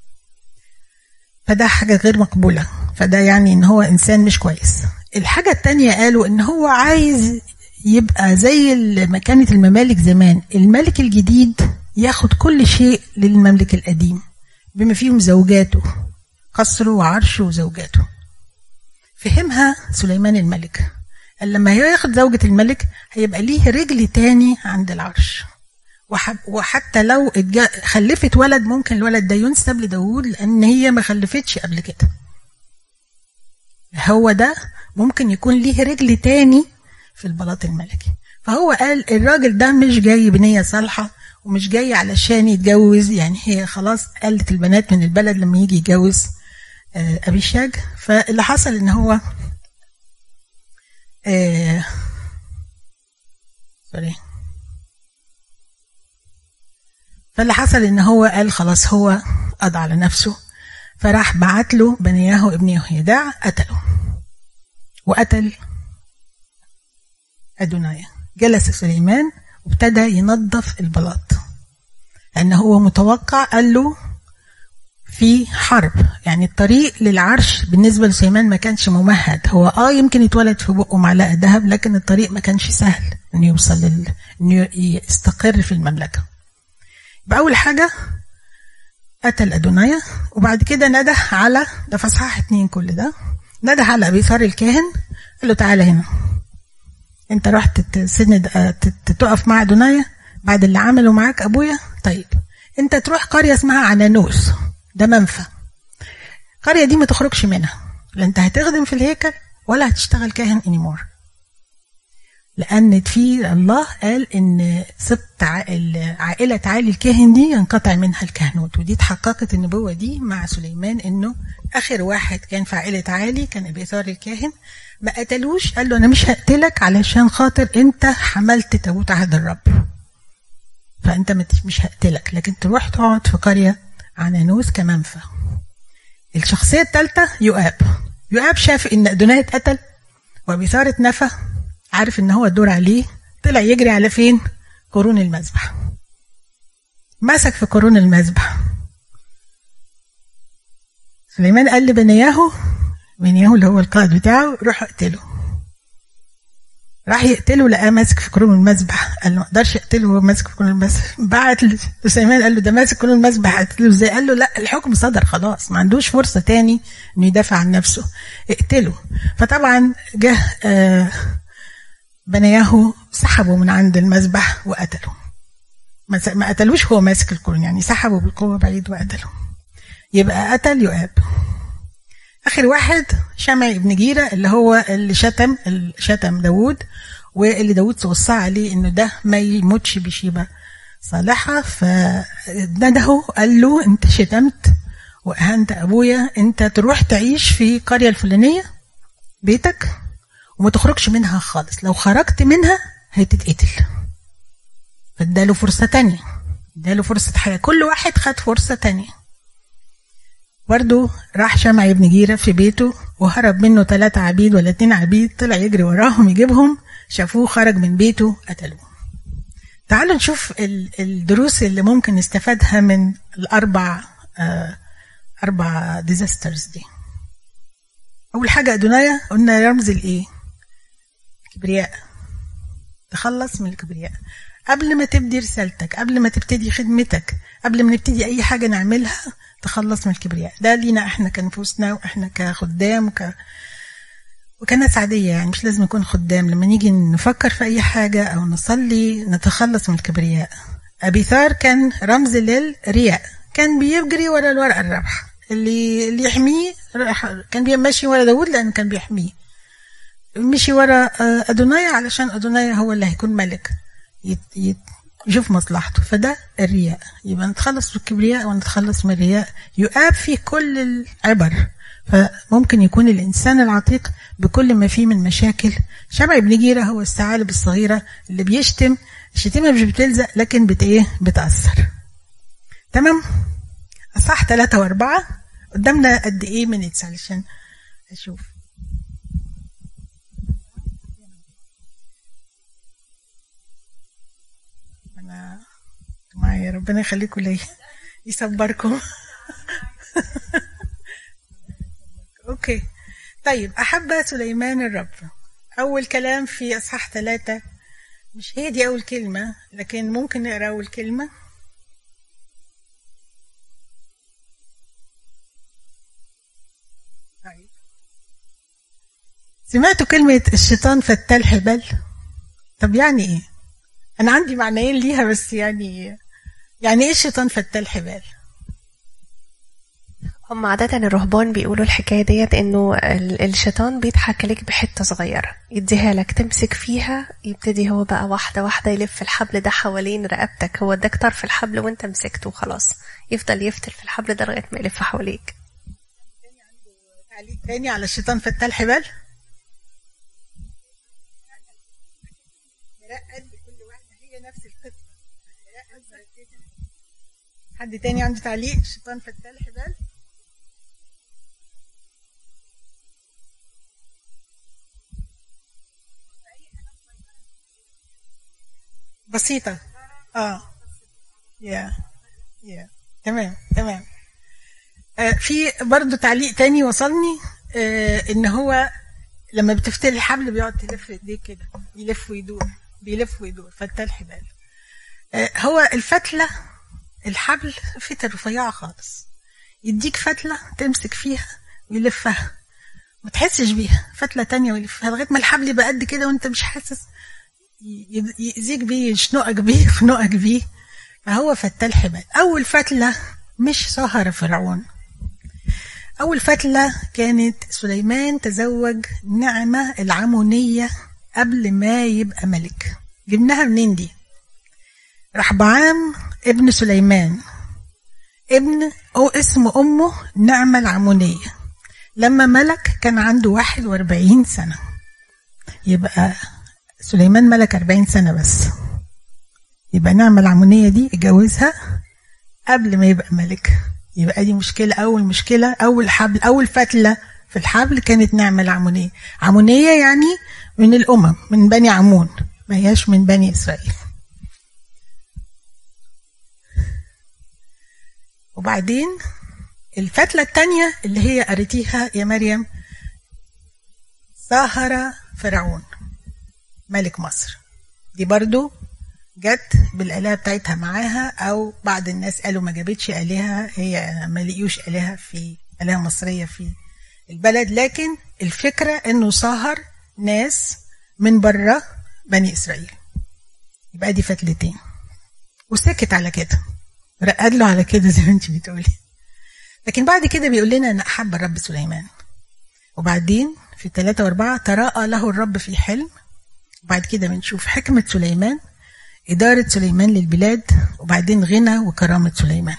فده حاجة غير مقبولة، فده يعني ان هو انسان مش كويس. الحاجة التانية قالوا ان هو عايز يبقى زي ما كانت الممالك زمان، الملك الجديد ياخد كل شيء للمملك القديم بما فيهم زوجاته، قصره وعرشه وزوجاته. فهمها سليمان الملك، قال لما ياخد زوجة الملك هيبقى ليه رجل تاني عند العرش، وحتى لو خلفت ولد ممكن الولد ده ينسب لداود، لأن هي ما خلفتش قبل كده. هو ده ممكن يكون ليه رجل تاني في البلاط الملكي. فهو قال الراجل ده مش جاي بنية صالحة، ومش جاي علشان يتجوز، يعني هي خلاص قلت البنات من البلد لما يجي يتجوز أبيشاج. فاللي حصل إن هو آه سوري فاللي حصل إن هو قال خلاص هو قضى على نفسه، فراح بعت له بنياه ابن يهويداع قتله وقتل أدونايا. جلس سليمان وابتدى ينظف البلاط، لأن هو متوقع، قال له في حرب، يعني الطريق للعرش بالنسبة لسليمان ما كانش ممهد. هو اه يمكن يتولد في بقه معلقة ذهب، لكن الطريق ما كانش سهل انه يوصل لل... انه يستقر في المملكة. بأول حاجة قتل أدونايا، وبعد كده نده على، ده في اصحاح اتنين كل ده، نده على أبيثار الكاهن، قال له تعالى هنا، انت رحت تسند تقف مع أدونايا بعد اللي عمله معاك أبويا؟ طيب انت تروح قرية اسمها عنانوس، ده منفى، القرية دي ما تخرجش منها، لا انت هتخدم في الهيكل ولا هتشتغل كاهن انيمور، لأن في الله قال إن سبط عائلة عالي الكاهن دي ينقطع منها الكهنوت. ودي اتحققت النبوة دي مع سليمان، إنه آخر واحد كان في عائلة عالي كان أبيثار الكاهن، ما قتلوش، قال له أنا مش هقتلك علشان خاطر أنت حملت تابوت عهد الرب، فأنت مش هقتلك، لكن تروح تقعد في قرية عنانوس كمنفى. الشخصية الثالثة يؤاب. يؤاب شاف إن أدونايا اتقتل وأبيثار اتنفى، عارف ان هو الدور عليه، طلع يجري على فين؟ قرون المذبح. مسك في قرون المذبح. سليمان قال لبنياهو، بنياهو اللي هو القائد بتاعه، روح اقتله. راح يقتله، لقاه ماسك في قرون المذبح، قال له ما اقدرش اقتله وهو ماسك في قرون المذبح. بعت لسليمان قال له ده ماسك قرون المذبح، اقتله ازاي؟ قال له لا، الحكم صدر خلاص، ما عندوش فرصه تاني انه يدافع عن نفسه، اقتله. فطبعا جه آه بنياهو سحبوا من عند المذبح وقتلوا، ما قتلوش هو ماسك القرون، يعني سحبوا بالقوة بعيد وقتلوا. يبقى قتل يؤاب. آخر واحد شمعي ابن جيرة، اللي هو اللي شتم اللي شتم داود، واللي داود وصى عليه انه ده ما يموتش بشيبة صالحة، فنده قال له انت شتمت واهنت ابويا، انت تروح تعيش في قرية الفلانية بيتك وما تخرجش منها خالص، لو خرجت منها هتتقتل. فاداله فرصة تانية، اداله فرصة حياة، كل واحد خد فرصة تانية. برضو راح شمعي ابن جيرة في بيته وهرب منه ثلاثة عبيد ولا اتنين عبيد، طلع يجري وراهم يجيبهم، شافوه خرج من بيته قتلوه. تعالوا نشوف الدروس اللي ممكن نستفادها من الأربع آه أربع ديزاسترز دي. أول حاجة أدونايا قلنا رمز الإيه؟ كبرياء. تخلص من الكبرياء قبل ما تبدي رسالتك، قبل ما تبتدي خدمتك، قبل ما نبتدي أي حاجة نعملها، تخلص من الكبرياء. ده لينا احنا كنفوسنا واحنا كخدام وك... وكناس عادية، يعني مش لازم نكون خدام. لما نيجي نفكر في أي حاجة أو نصلي نتخلص من الكبرياء. أبيثار كان رمز للرياء، كان بيجري ورا الورقة الرابحة اللي اللي يحميه، كان بيمشي ورا داود لأنه كان بيحميه، مشي ورا أدونايا علشان أدونايا هو اللي هيكون ملك، يت... يت... يشوف مصلحته. فده الرياء. يبقى نتخلص من الكبرياء ونتخلص من الرياء. يؤاب فيه كل العبر، فممكن يكون الإنسان العتيق بكل ما فيه من مشاكل. شمعي بن جيرة هو الثعالب الصغيرة اللي بيشتم، الشتيمة مش بتلزق لكن بت ايه بتأثر. تمام. أصح ثلاثة وأربعة قدامنا قد ايه من علشان أشوف. أنا معايا، ربنا يخليكم لي يصبركم. اوكي طيب. أحب سليمان الرب. أول كلام في أصحاح ثلاثة، مش هي دي أول كلمة لكن ممكن نقرأ أول كلمة. طيب. سمعتوا كلمة الشيطان فتال حبال؟ طب يعني إيه؟ أنا عندي معنيين ليها، بس يعني يعني إيه الشيطان فتال حبال؟ هم عادة الرهبان بيقولوا الحكاية ديت انه الشيطان بيضحك عليك بحتة صغيرة يديها لك تمسك فيها، يبتدي هو بقى واحدة واحدة يلف الحبل ده حوالين رقبتك، هو اداك طرف الحبل وانت مسكته وخلاص، يفضل يفتل في الحبل ده لغاية ما يلف حواليك. تعليق تاني على الشيطان فتال الحبال؟ نرقد لكل واحدة هي نفس القصة. حد تاني عنده تعليق؟ الشيطان فتال الحبال. بسيطة. اه يا يا تمام تمام. آه في برضو تعليق تاني وصلني، آه ان هو لما بتفتل الحبل بيقعد تلف ايديك كده، يلف ويدور، بيلف ويدور، فتل حبال. آه هو الفتلة الحبل فتلة رفيعة خالص، يديك فتلة تمسك فيها ويلفها ما تحسش بيها، فتلة تانية ويلفها لغاية ما الحبل يبقى قد كده وانت مش حاسس، يأذيك بيه، يشنقك بيه، يخنقك بيه. فهو فتال حبال. أول فتلة مش سهر فرعون، أول فتلة كانت سليمان تزوج نعمة العمونية قبل ما يبقى ملك. جبناها منين دي؟ رحبعام ابن سليمان ابن أو اسم أمه نعمة العمونية، لما ملك كان عنده واحد واربعين سنة، يبقى سليمان ملك أربعين سنة بس، يبقى نعمة العمونية دي اتجوزها قبل ما يبقى ملك. يبقى دي مشكلة، أول مشكلة، أول حبل، أول فتلة في الحبل كانت نعمة العمونية. عمونية يعني من الأمم، من بني عمون، ما هياش من بني إسرائيل. وبعدين الفتلة التانية اللي هي قريتيها يا مريم، ساهر فرعون ملك مصر، دي برضو جت بالآلهة بتاعتها معاها، أو بعض الناس قالوا ما جابتش آلهة، هي ما لقيوش آلهة في آلهة مصرية في البلد، لكن الفكرة إنه ساهر ناس من بره بني إسرائيل. يبقى دي فتلتين، وسكت على كده، رقد له على كده زي ما انت بتقولي. لكن بعد كده بيقول لنا أن أحب الرب سليمان، وبعدين في ثلاثة وأربعة تراءى له الرب في حلم. وبعد كده بنشوف حكمة سليمان، إدارة سليمان للبلاد، وبعدين غنى وكرامة سليمان.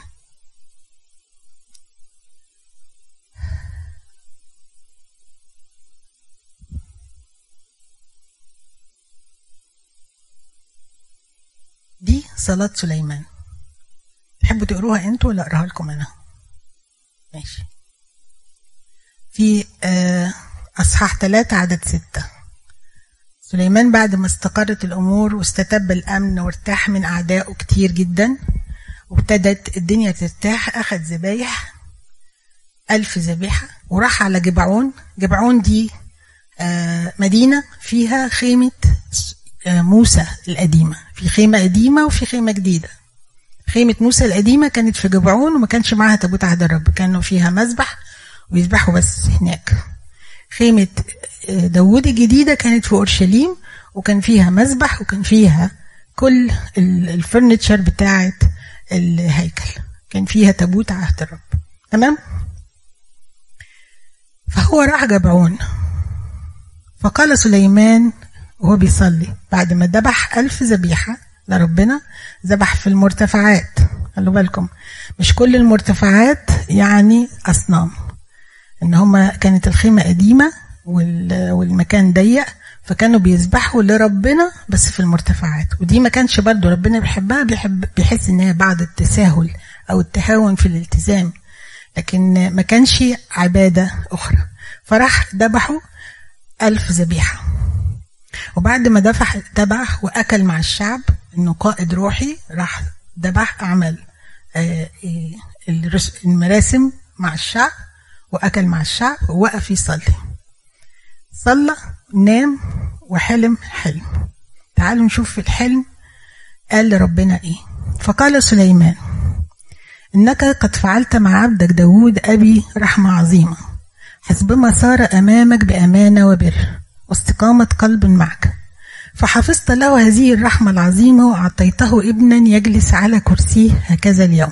دي صلاة سليمان. تحبوا تقروها انتوا ولا اقراها لكم انا؟ ماشي. في اصحاح ثلاثة عدد ستة، سليمان بعد ما استقرت الامور واستتب الامن وارتاح من اعدائه كتير جدا وابتدت الدنيا ترتاح، اخذ ذبايح الف ذبيحة وراح على جبعون. جبعون دي مدينة فيها خيمة موسى القديمة، في خيمة قديمة وفي خيمة جديدة. خيمة موسى القديمة كانت في جبعون وما كانش معاها تابوت عهد الرب، كانوا فيها مذبح ويذبحوا بس هناك. خيمة داوود الجديدة كانت في أورشليم وكان فيها مذبح وكان فيها كل الفرنتشر بتاعة الهيكل، كان فيها تابوت عهد الرب. تمام؟ فهو راح جبعون، فقال سليمان وهو بيصلي بعد ما ذبح ألف ذبيحة لربنا، ذبح في المرتفعات. خلوا بالكم مش كل المرتفعات يعني أصنام، إن هما كانت الخيمة قديمة والمكان ضيق، فكانوا بيذبحوا لربنا بس في المرتفعات، ودي ما كانش برضو ربنا بيحبها، بيحب بيحس إنها بعد التساهل أو التهاون في الالتزام، لكن ما كانش عبادة أخرى. فراح ذبحوا ألف ذبيحة، وبعد ما ذبح ذبح وأكل مع الشعب، إنه قائد روحي، راح ذبح أعمل المراسم مع الشعب وأكل مع الشعب ووقف يصلي. صلى، نام، وحلم حلم. تعالوا نشوف في الحلم قال لربنا إيه. فقال سليمان: إنك قد فعلت مع عبدك داود أبي رحمة عظيمة، حسبما صار أمامك بأمانة وبر واستقامة قلب معك، فحفظت له هذه الرحمة العظيمة وأعطيته ابنا يجلس على كرسيه هكذا اليوم.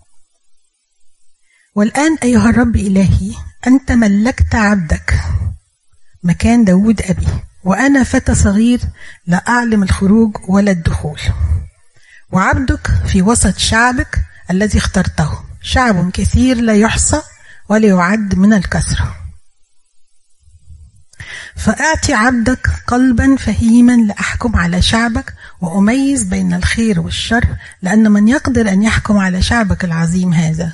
والآن أيها الرب إلهي، أنت ملكت عبدك مكان داود أبي، وأنا فتى صغير لا أعلم الخروج ولا الدخول، وعبدك في وسط شعبك الذي اخترته، شعب كثير لا يحصى ولا يعد من الكثرة. فأعطي عبدك قلبا فهيما لأحكم على شعبك وأميز بين الخير والشر، لأن من يقدر أن يحكم على شعبك العظيم هذا.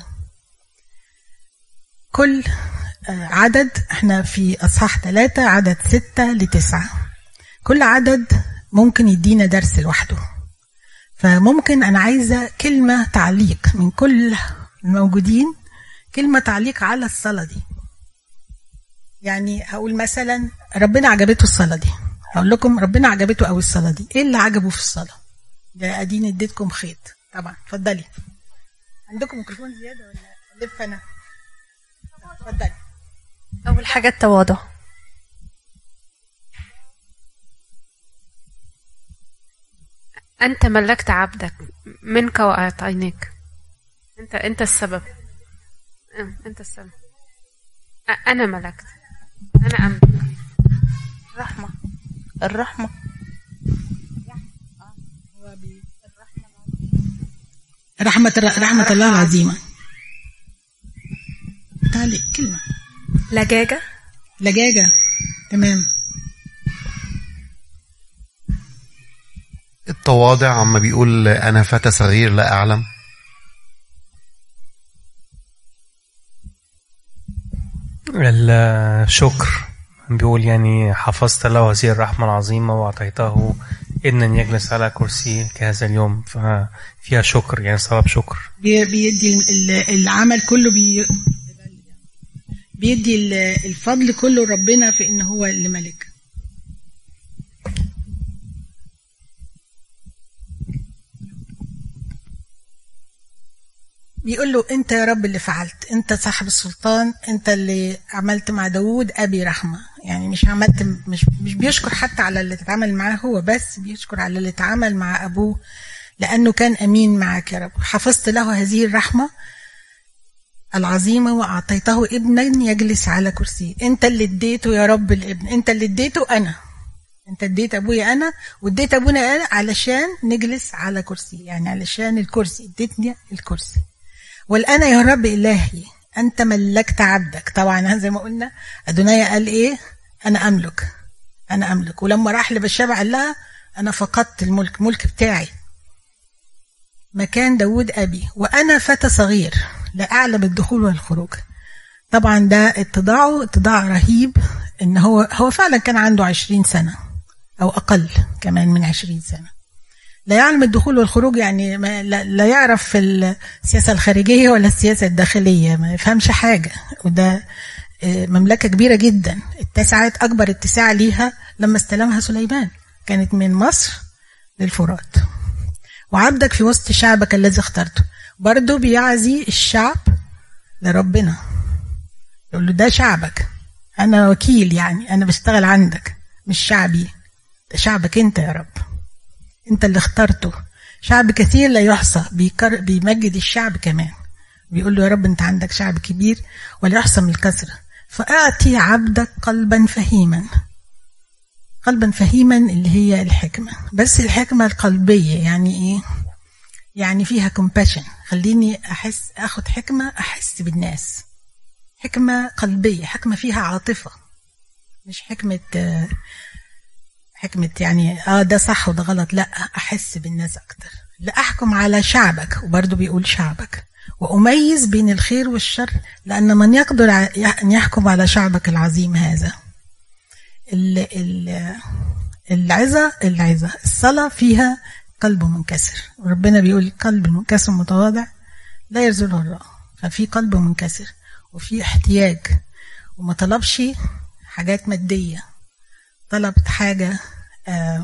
كل عدد، احنا في أصحاح ثلاثة عدد ستة لتسعة، كل عدد ممكن يدينا درس لوحده. فممكن أنا عايزة كلمة تعليق من كل الموجودين، كلمة تعليق على الصلاة دي. يعني هقول مثلا ربنا عجبته الصلاة دي، هقول لكم ربنا عجبته قوي الصلاة دي، ايه اللي عجبه في الصلاة؟ ده اديني اديتكم خيط طبعا. اتفضلي. عندكم ميكروفون زيادة ولا الف انا؟ اتفضلي. اول حاجة التواضع. أنت ملكت عبدك منك وأعطيناك. أنت أنت السبب. أنت السبب. أنا ملكت. أنا أملك. الرحمة. الرحمة. رحمة رحمة الله العظيمة. تعالي كلمة. لجاجة. لجاجة. تمام. التواضع، عما بيقول أنا فتى صغير لا أعلم. الشكر، بيقول يعني حفظت له هذه الرحمة العظيمة وأعطيته إذن يجلس على كرسي كهذا اليوم، ففيها شكر، يعني صلب شكر. بيدي العمل كله، بي بيدي الفضل كله ربنا في إن هو اللي ملك. بيقول له انت يا رب اللي فعلت، انت صاحب السلطان، انت اللي عملت مع داود ابي رحمه. يعني مش عملت، مش مش بيشكر حتى على اللي تتعامل معاه هو، بس بيشكر على اللي اتعامل مع ابوه لانه كان امين معك يا رب. حفظت له هذه الرحمه العظيمه واعطيته ابنا يجلس على كرسي. انت اللي اديته يا رب الابن، انت اللي اديته انا، انت اديت ابويا انا واديت ابونا انا علشان نجلس على كرسي، يعني علشان الكرسي اديتني الكرسي. والآن يا رب إلهي أنت ملكت عبدك. طبعا زي ما قلنا أدونايا قال إيه؟ أنا أملك، أنا أملك. ولما راح لبشابة قال لها أنا فقدت الملك، ملك بتاعي مكان داود أبي، وأنا فتى صغير لا أعلم الدخول والخروج. طبعا ده اتضاعه اتضاع رهيب، إن هو هو فعلا كان عنده عشرين سنة أو أقل كمان من عشرين سنة، لا يعلم الدخول والخروج، يعني ما لا يعرف في السياسة الخارجية ولا السياسة الداخلية، ما يفهمش حاجة. وده مملكة كبيرة جدا، اتسعت أكبر اتساع ليها لما استلمها سليمان، كانت من مصر للفرات. وعبدك في وسط شعبك الذي اخترته، برضو بيعزي الشعب لربنا، يقول له ده شعبك، أنا وكيل، يعني أنا بشتغل عندك، مش شعبي، ده شعبك أنت يا رب، انت اللي اخترته. شعب كثير لا يحصى، بيمجد الشعب كمان، بيقول له يا رب انت عندك شعب كبير ولا يحصى من الكثرة. فأعطي عبدك قلبا فهيما. قلبا فهيما اللي هي الحكمة، بس الحكمة القلبية يعني ايه؟ يعني فيها compassion، خليني احس، اخد حكمة احس بالناس، حكمة قلبية، حكمة فيها عاطفة، مش حكمة آه حكمة يعني اه ده صح وده غلط، لا، احس بالناس اكتر. لأحكم على شعبك، وبرضه بيقول شعبك، وأميز بين الخير والشر، لأن من يقدر أن يحكم على شعبك العظيم هذا. العظة العظة الصلاة فيها قلب منكسر، وربنا بيقول قلب منكسر متواضع لا يرزله الله. ففي قلب منكسر وفي احتياج، وما طلبش حاجات مادية، طلبت حاجة آه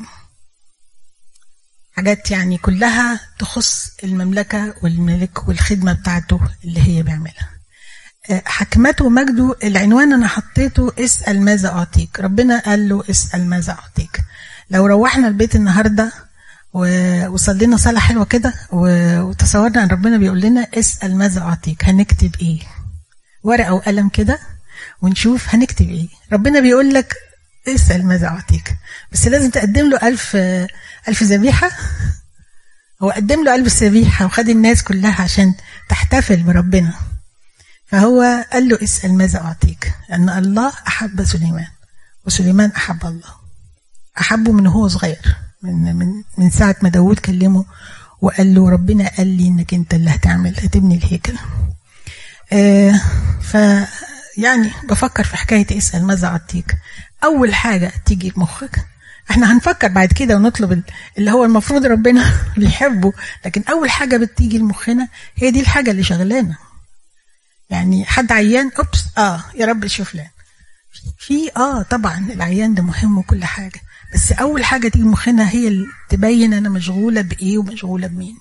حاجات يعني كلها تخص المملكة والملك والخدمة بتاعته اللي هي بيعملها. آه حكمته ومجده، العنوان أنا حطيته اسأل ماذا أعطيك. ربنا قال له اسأل ماذا أعطيك. لو روحنا البيت النهاردة وصلينا صلاة حلوة كده وتصورنا أن ربنا بيقول لنا اسأل ماذا أعطيك، هنكتب إيه؟ ورقة وقلم كده ونشوف هنكتب إيه. ربنا بيقول لك اسأل ماذا أعطيك، بس لازم تقدم له ألف ألف ذبيحة. هو قدم له ألف ذبيحة وخد الناس كلها عشان تحتفل بربنا، فهو قال له اسأل ماذا أعطيك، لأن الله أحب سليمان وسليمان أحب الله، أحبه من هو صغير، من من من ساعة ما داود كلمه وقال له ربنا قال لي إنك أنت اللي هتعمل هتبني الهيكل. آه ف يعني بفكر في حكاية اسأل ماذا أعطيك. أول حاجة تيجي في مخك، احنا هنفكر بعد كده ونطلب اللي هو المفروض ربنا بيحبه، لكن أول حاجة بتيجي لمخنا هي دي الحاجة اللي شغلانا. يعني حد عيان، أوبس آه يا رب شوف لنا في آه طبعا العيان ده مهم وكل حاجة، بس أول حاجة تيجي مخنا هي اللي تبين أنا مشغولة بإيه ومشغولة بمين.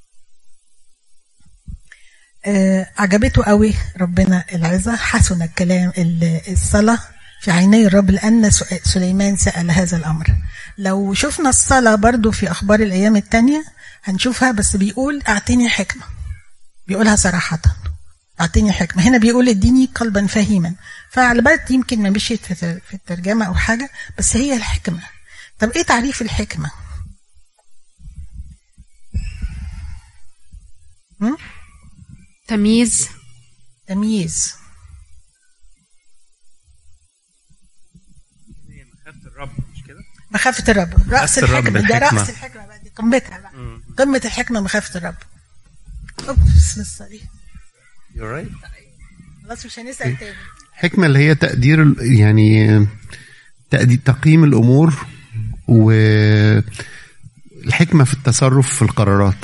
آه عجبته قوي ربنا العظة، حسن الكلام الصلاة في عيني الرب لأن سليمان سأل هذا الأمر. لو شفنا الصلاة برضو في أخبار الأيام التانية هنشوفها، بس بيقول أعطيني حكمة، بيقولها صراحة أعطيني حكمة. هنا بيقول اديني قلبا فهيما، فعلى بالك يمكن ما مشيت في الترجمة أو حاجة، بس هي الحكمة. طب إيه تعريف الحكمة؟ هم؟ تمييز. تمييز. مخافة الرب، مش كده؟ مخافة الرب رأس الحكمة، ده رأس الحكمة بقى، دي قمتها بقى، قمة الحكمة مخافة الرب. أوبس لسه دي. You're right. خلاص مش هنسأل تاني. حكمة اللي هي تقدير، يعني تقدير تقييم الأمور، والحكمة في التصرف في القرارات.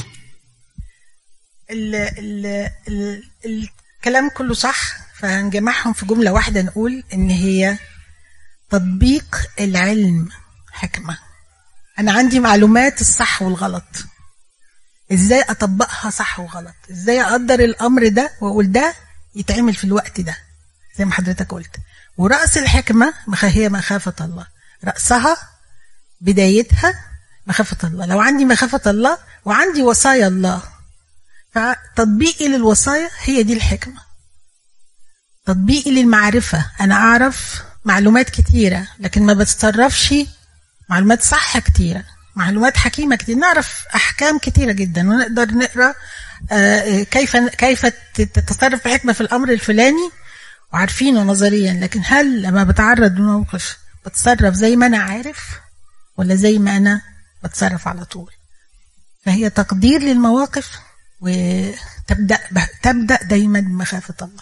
ال ال ال الكلام كله صح، فهنجمعهم في جملة واحدة نقول إن هي تطبيق العلم حكمة. أنا عندي معلومات الصح والغلط، إزاي أطبقها صح وغلط، إزاي أقدر الأمر ده وأقول ده يتعمل في الوقت ده زي ما حضرتك قلت. ورأس الحكمة هي مخافة الله، رأسها بدايتها مخافة الله. لو عندي مخافة الله وعندي وصايا الله، فتطبيقي للوصايا هي دي الحكمة. تطبيقي للمعرفة، أنا أعرف معلومات كتيرة لكن ما بتصرفش معلومات صح كتيرة، معلومات حكيمة كتير، نعرف أحكام كتيرة جدا ونقدر نقرأ كيف كيف تتصرف بحكمة في الأمر الفلاني وعارفينه نظريا، لكن هل لما بتعرض لموقف بتصرف زي ما أنا عارف ولا زي ما أنا بتصرف على طول؟ فهي تقدير للمواقف، وتبدأ تبدأ دايما بمخافة الله.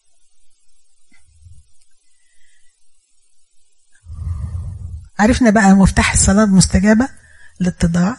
عرفنا بقى مفتاح الصلاة المستجابة الاتضاع،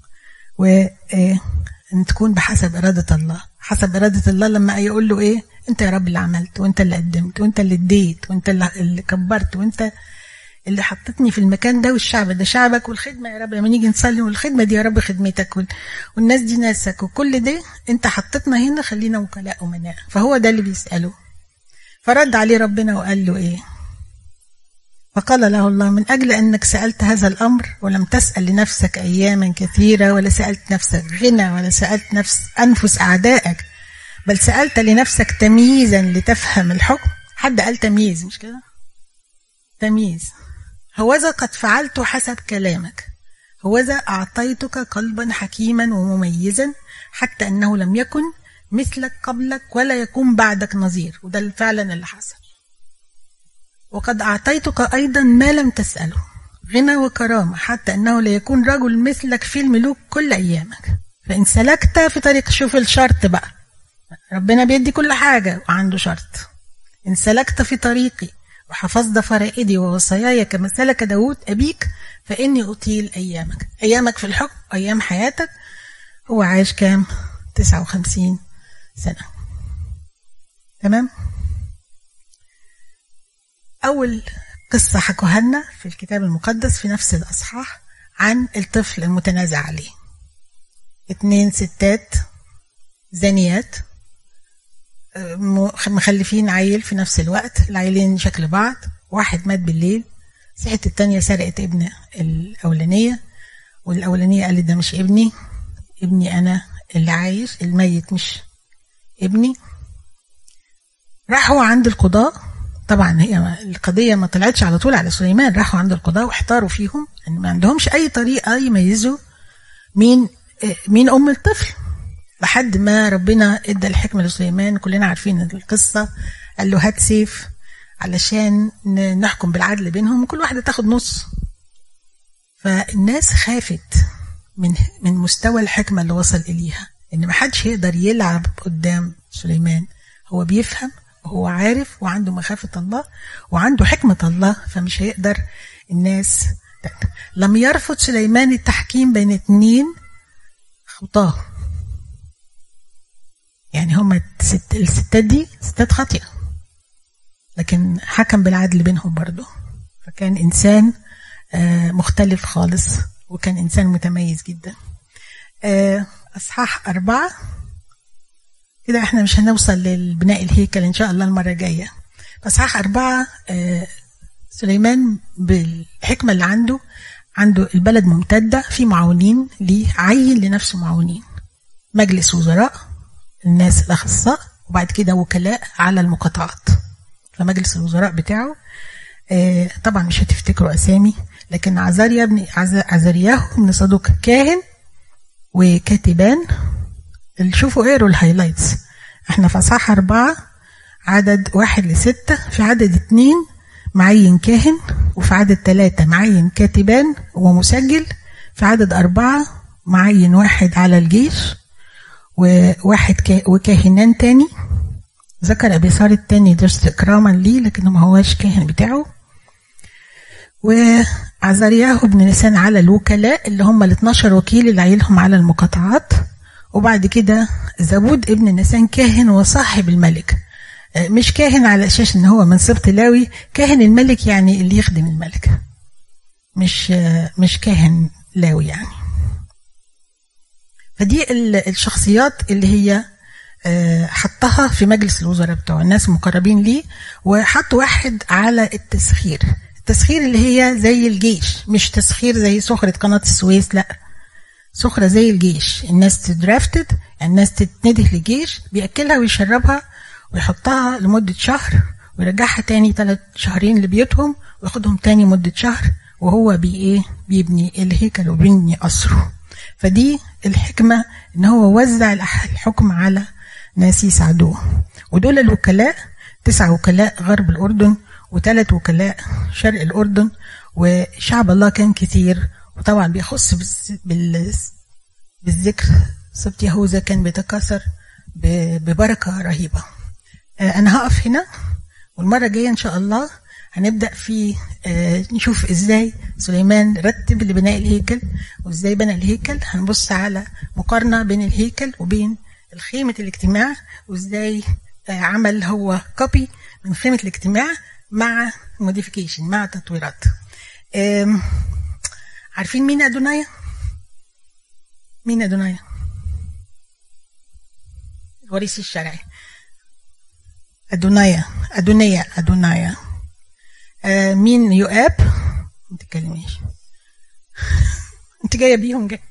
وأن تكون بحسب إرادة الله. حسب إرادة الله لما يقول له إيه؟ أنت يا رب اللي عملت، وأنت اللي قدمت، وأنت اللي اديت، وأنت اللي كبرت، وأنت اللي حطتني في المكان ده، والشعب ده شعبك، والخدمة يا رب لما نيجي نصلي، والخدمة دي يا رب خدمتك، والناس دي ناسك، وكل ده أنت حطتنا هنا، خلينا وكلاء أمناء. فهو ده اللي بيسأله. فرد عليه ربنا وقال له إيه؟ فقال له الله: من أجل أنك سألت هذا الأمر ولم تسأل لنفسك أياما كثيرة، ولا سألت نفسك غنى، ولا سألت نفس أنفس أعدائك، بل سألت لنفسك تمييزا لتفهم الحكم. حد قال تمييز، مش كده؟ تمييز. هوذا قد فعلت حسب كلامك، هوذا أعطيتك قلبا حكيما ومميزا، حتى أنه لم يكن مثلك قبلك ولا يكون بعدك نظير. وده فعلا اللي حصل. وقد أعطيتك أيضا ما لم تسأله، غنى وكرامة، حتى أنه لا يكون رجل مثلك في الملوك كل أيامك. فإن سلكت في طريق، شوف الشرط بقى، ربنا بيدي كل حاجة وعنده شرط. إن سلكت في طريقي وحفظت فرائدي ووصاياي كما سلك داود أبيك، فإني أطيل أيامك. أيامك في الحكم، أيام حياتك. هو عايش كام؟ تسعة وخمسين سنة. تمام؟ أول قصة حكوها لنا في الكتاب المقدس في نفس الأصحاح عن الطفل المتنازع عليه. اتنين ستات زانيات مخلفين عيل في نفس الوقت، العيلين شكل بعض، واحد مات بالليل، صحت التانية سرقت ابن الأولانية، والأولانية قالت ده مش ابني، ابني أنا اللي عايش، الميت مش ابني. راحوا عند القضاء. طبعا هي القضية ما طلعتش على طول على سليمان، راحوا عند القضاء واحتاروا فيهم، ان يعني ما عندهمش اي طريقة يميزوا مين مين ام الطفل، لحد ما ربنا ادى الحكمة لسليمان. كلنا عارفين القصة. قال له هات سيف علشان نحكم بالعدل بينهم، كل واحدة تاخد نص. فالناس خافت من من مستوى الحكمة اللي وصل إليها، إن ما حدش يقدر يلعب قدام سليمان. هو بيفهم وهو عارف وعنده مخافة الله وعنده حكمة الله، فمش هيقدر الناس. لم يرفض سليمان التحكيم بين اتنين خطاه، يعني هما الست الستات دي ستات خاطئة، لكن حكم بالعدل بينهم برضو. فكان إنسان مختلف خالص، وكان إنسان متميز جدا. أصحاح أربعة كده احنا مش هنوصل للبناء الهيكل إن شاء الله المرة الجاية. أصحاح أربعة سليمان بالحكمة اللي عنده عنده البلد ممتدة، في معاونين ليه، عين لنفسه معاونين، مجلس وزراء الناس الأخصاء، وبعد كده وكلاء على المقاطعات. فمجلس الوزراء بتاعه طبعا مش هتفتكروا أسامي، لكن عزاريا بن عزارياه بن صدوق كاهن وكاتبان. اللي شوفوا اقروا الهايلايتس. احنا في اصحاح أربعة عدد واحد لستة، في عدد اتنين معين كاهن، وفي عدد ثلاثة معين كاتبان ومسجل، في عدد أربعة معين واحد على الجيش وواحد كا وكاهنان تاني. ذكر أبيثار التاني درس إكراما ليه، لكنه ما هواش كاهن بتاعه. وعزارياه بن نيسان على الوكلاء اللي هم ال اتناشر وكيل اللي عيلهم على المقاطعات. وبعد كده زبود ابن نيسان كاهن وصاحب الملك، مش كاهن على أساس ان هو من سبط لاوي، كاهن الملك يعني اللي يخدم الملك، مش مش كاهن لاوي يعني. فدي الشخصيات اللي هي حطها في مجلس الوزراء بتوع الناس مقربين ليه. وحط واحد على التسخير، التسخير اللي هي زي الجيش، مش تسخير زي سخرة قناة السويس، لا، سخرة زي الجيش. الناس تدرافتد، الناس تتنده للجيش، بيأكلها ويشربها ويحطها لمدة شهر ويرجعها تاني ثلاث شهرين لبيوتهم، وياخدهم تاني مدة شهر، وهو بي ايه بيبني الهيكل وبيبني قصره. فدي الحكمة، ان هو وزع الحكم على ناس يساعدوه. ودول الوكلاء تسع وكلاء غرب الأردن وثلاث وكلاء شرق الأردن. وشعب الله كان كتير، وطبعا بيخص بالذكر سبط يهوذا كان بيتكاثر ببركة رهيبة. أنا هقف هنا، والمرة الجاية إن شاء الله هنبدأ في نشوف إزاي سليمان رتب لبناء الهيكل وإزاي بنى الهيكل. هنبص على مقارنة بين الهيكل وبين الخيمة الاجتماع، وإزاي عمل هو كوبي من خيمة الاجتماع مع موديفيكيشن، مع تطويرات. عارفين مين أدونايا؟ مين أدونايا؟ الوريث الشرعي. أدونايا أدونية أدونايا. آه مين يؤاب؟ ما تتكلميش. أنت جاية بيهم جاي.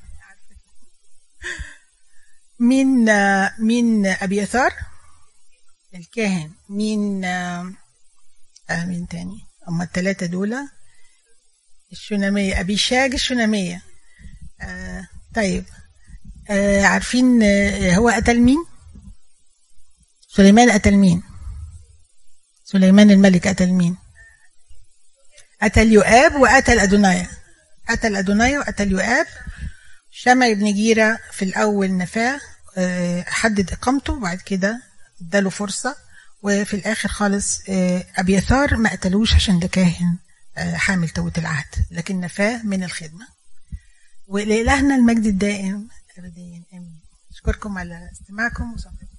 مين آه مين أبيثار؟ الكاهن. مين آه آه مين تاني؟ أما الثلاثة دول الشونامية، أبيشاج الشونامية. آه طيب آه عارفين آه هو قتل مين؟ سليمان قتل مين؟ سليمان الملك قتل مين؟ قتل يؤاب وقتل أدونايا. قتل أدونايا وقتل يؤاب. شمع بن جيرة في الأول نفاه، آه حدد إقامته، وبعد كده اداله فرصة، وفي الآخر خالص آه أبيثار ما قتلوش عشان ده كاهن حامل توت العهد، لكن نفاه من الخدمة. ولإلهنا المجد الدائم أبديا آمين. أشكركم على استماعكم وصبركم.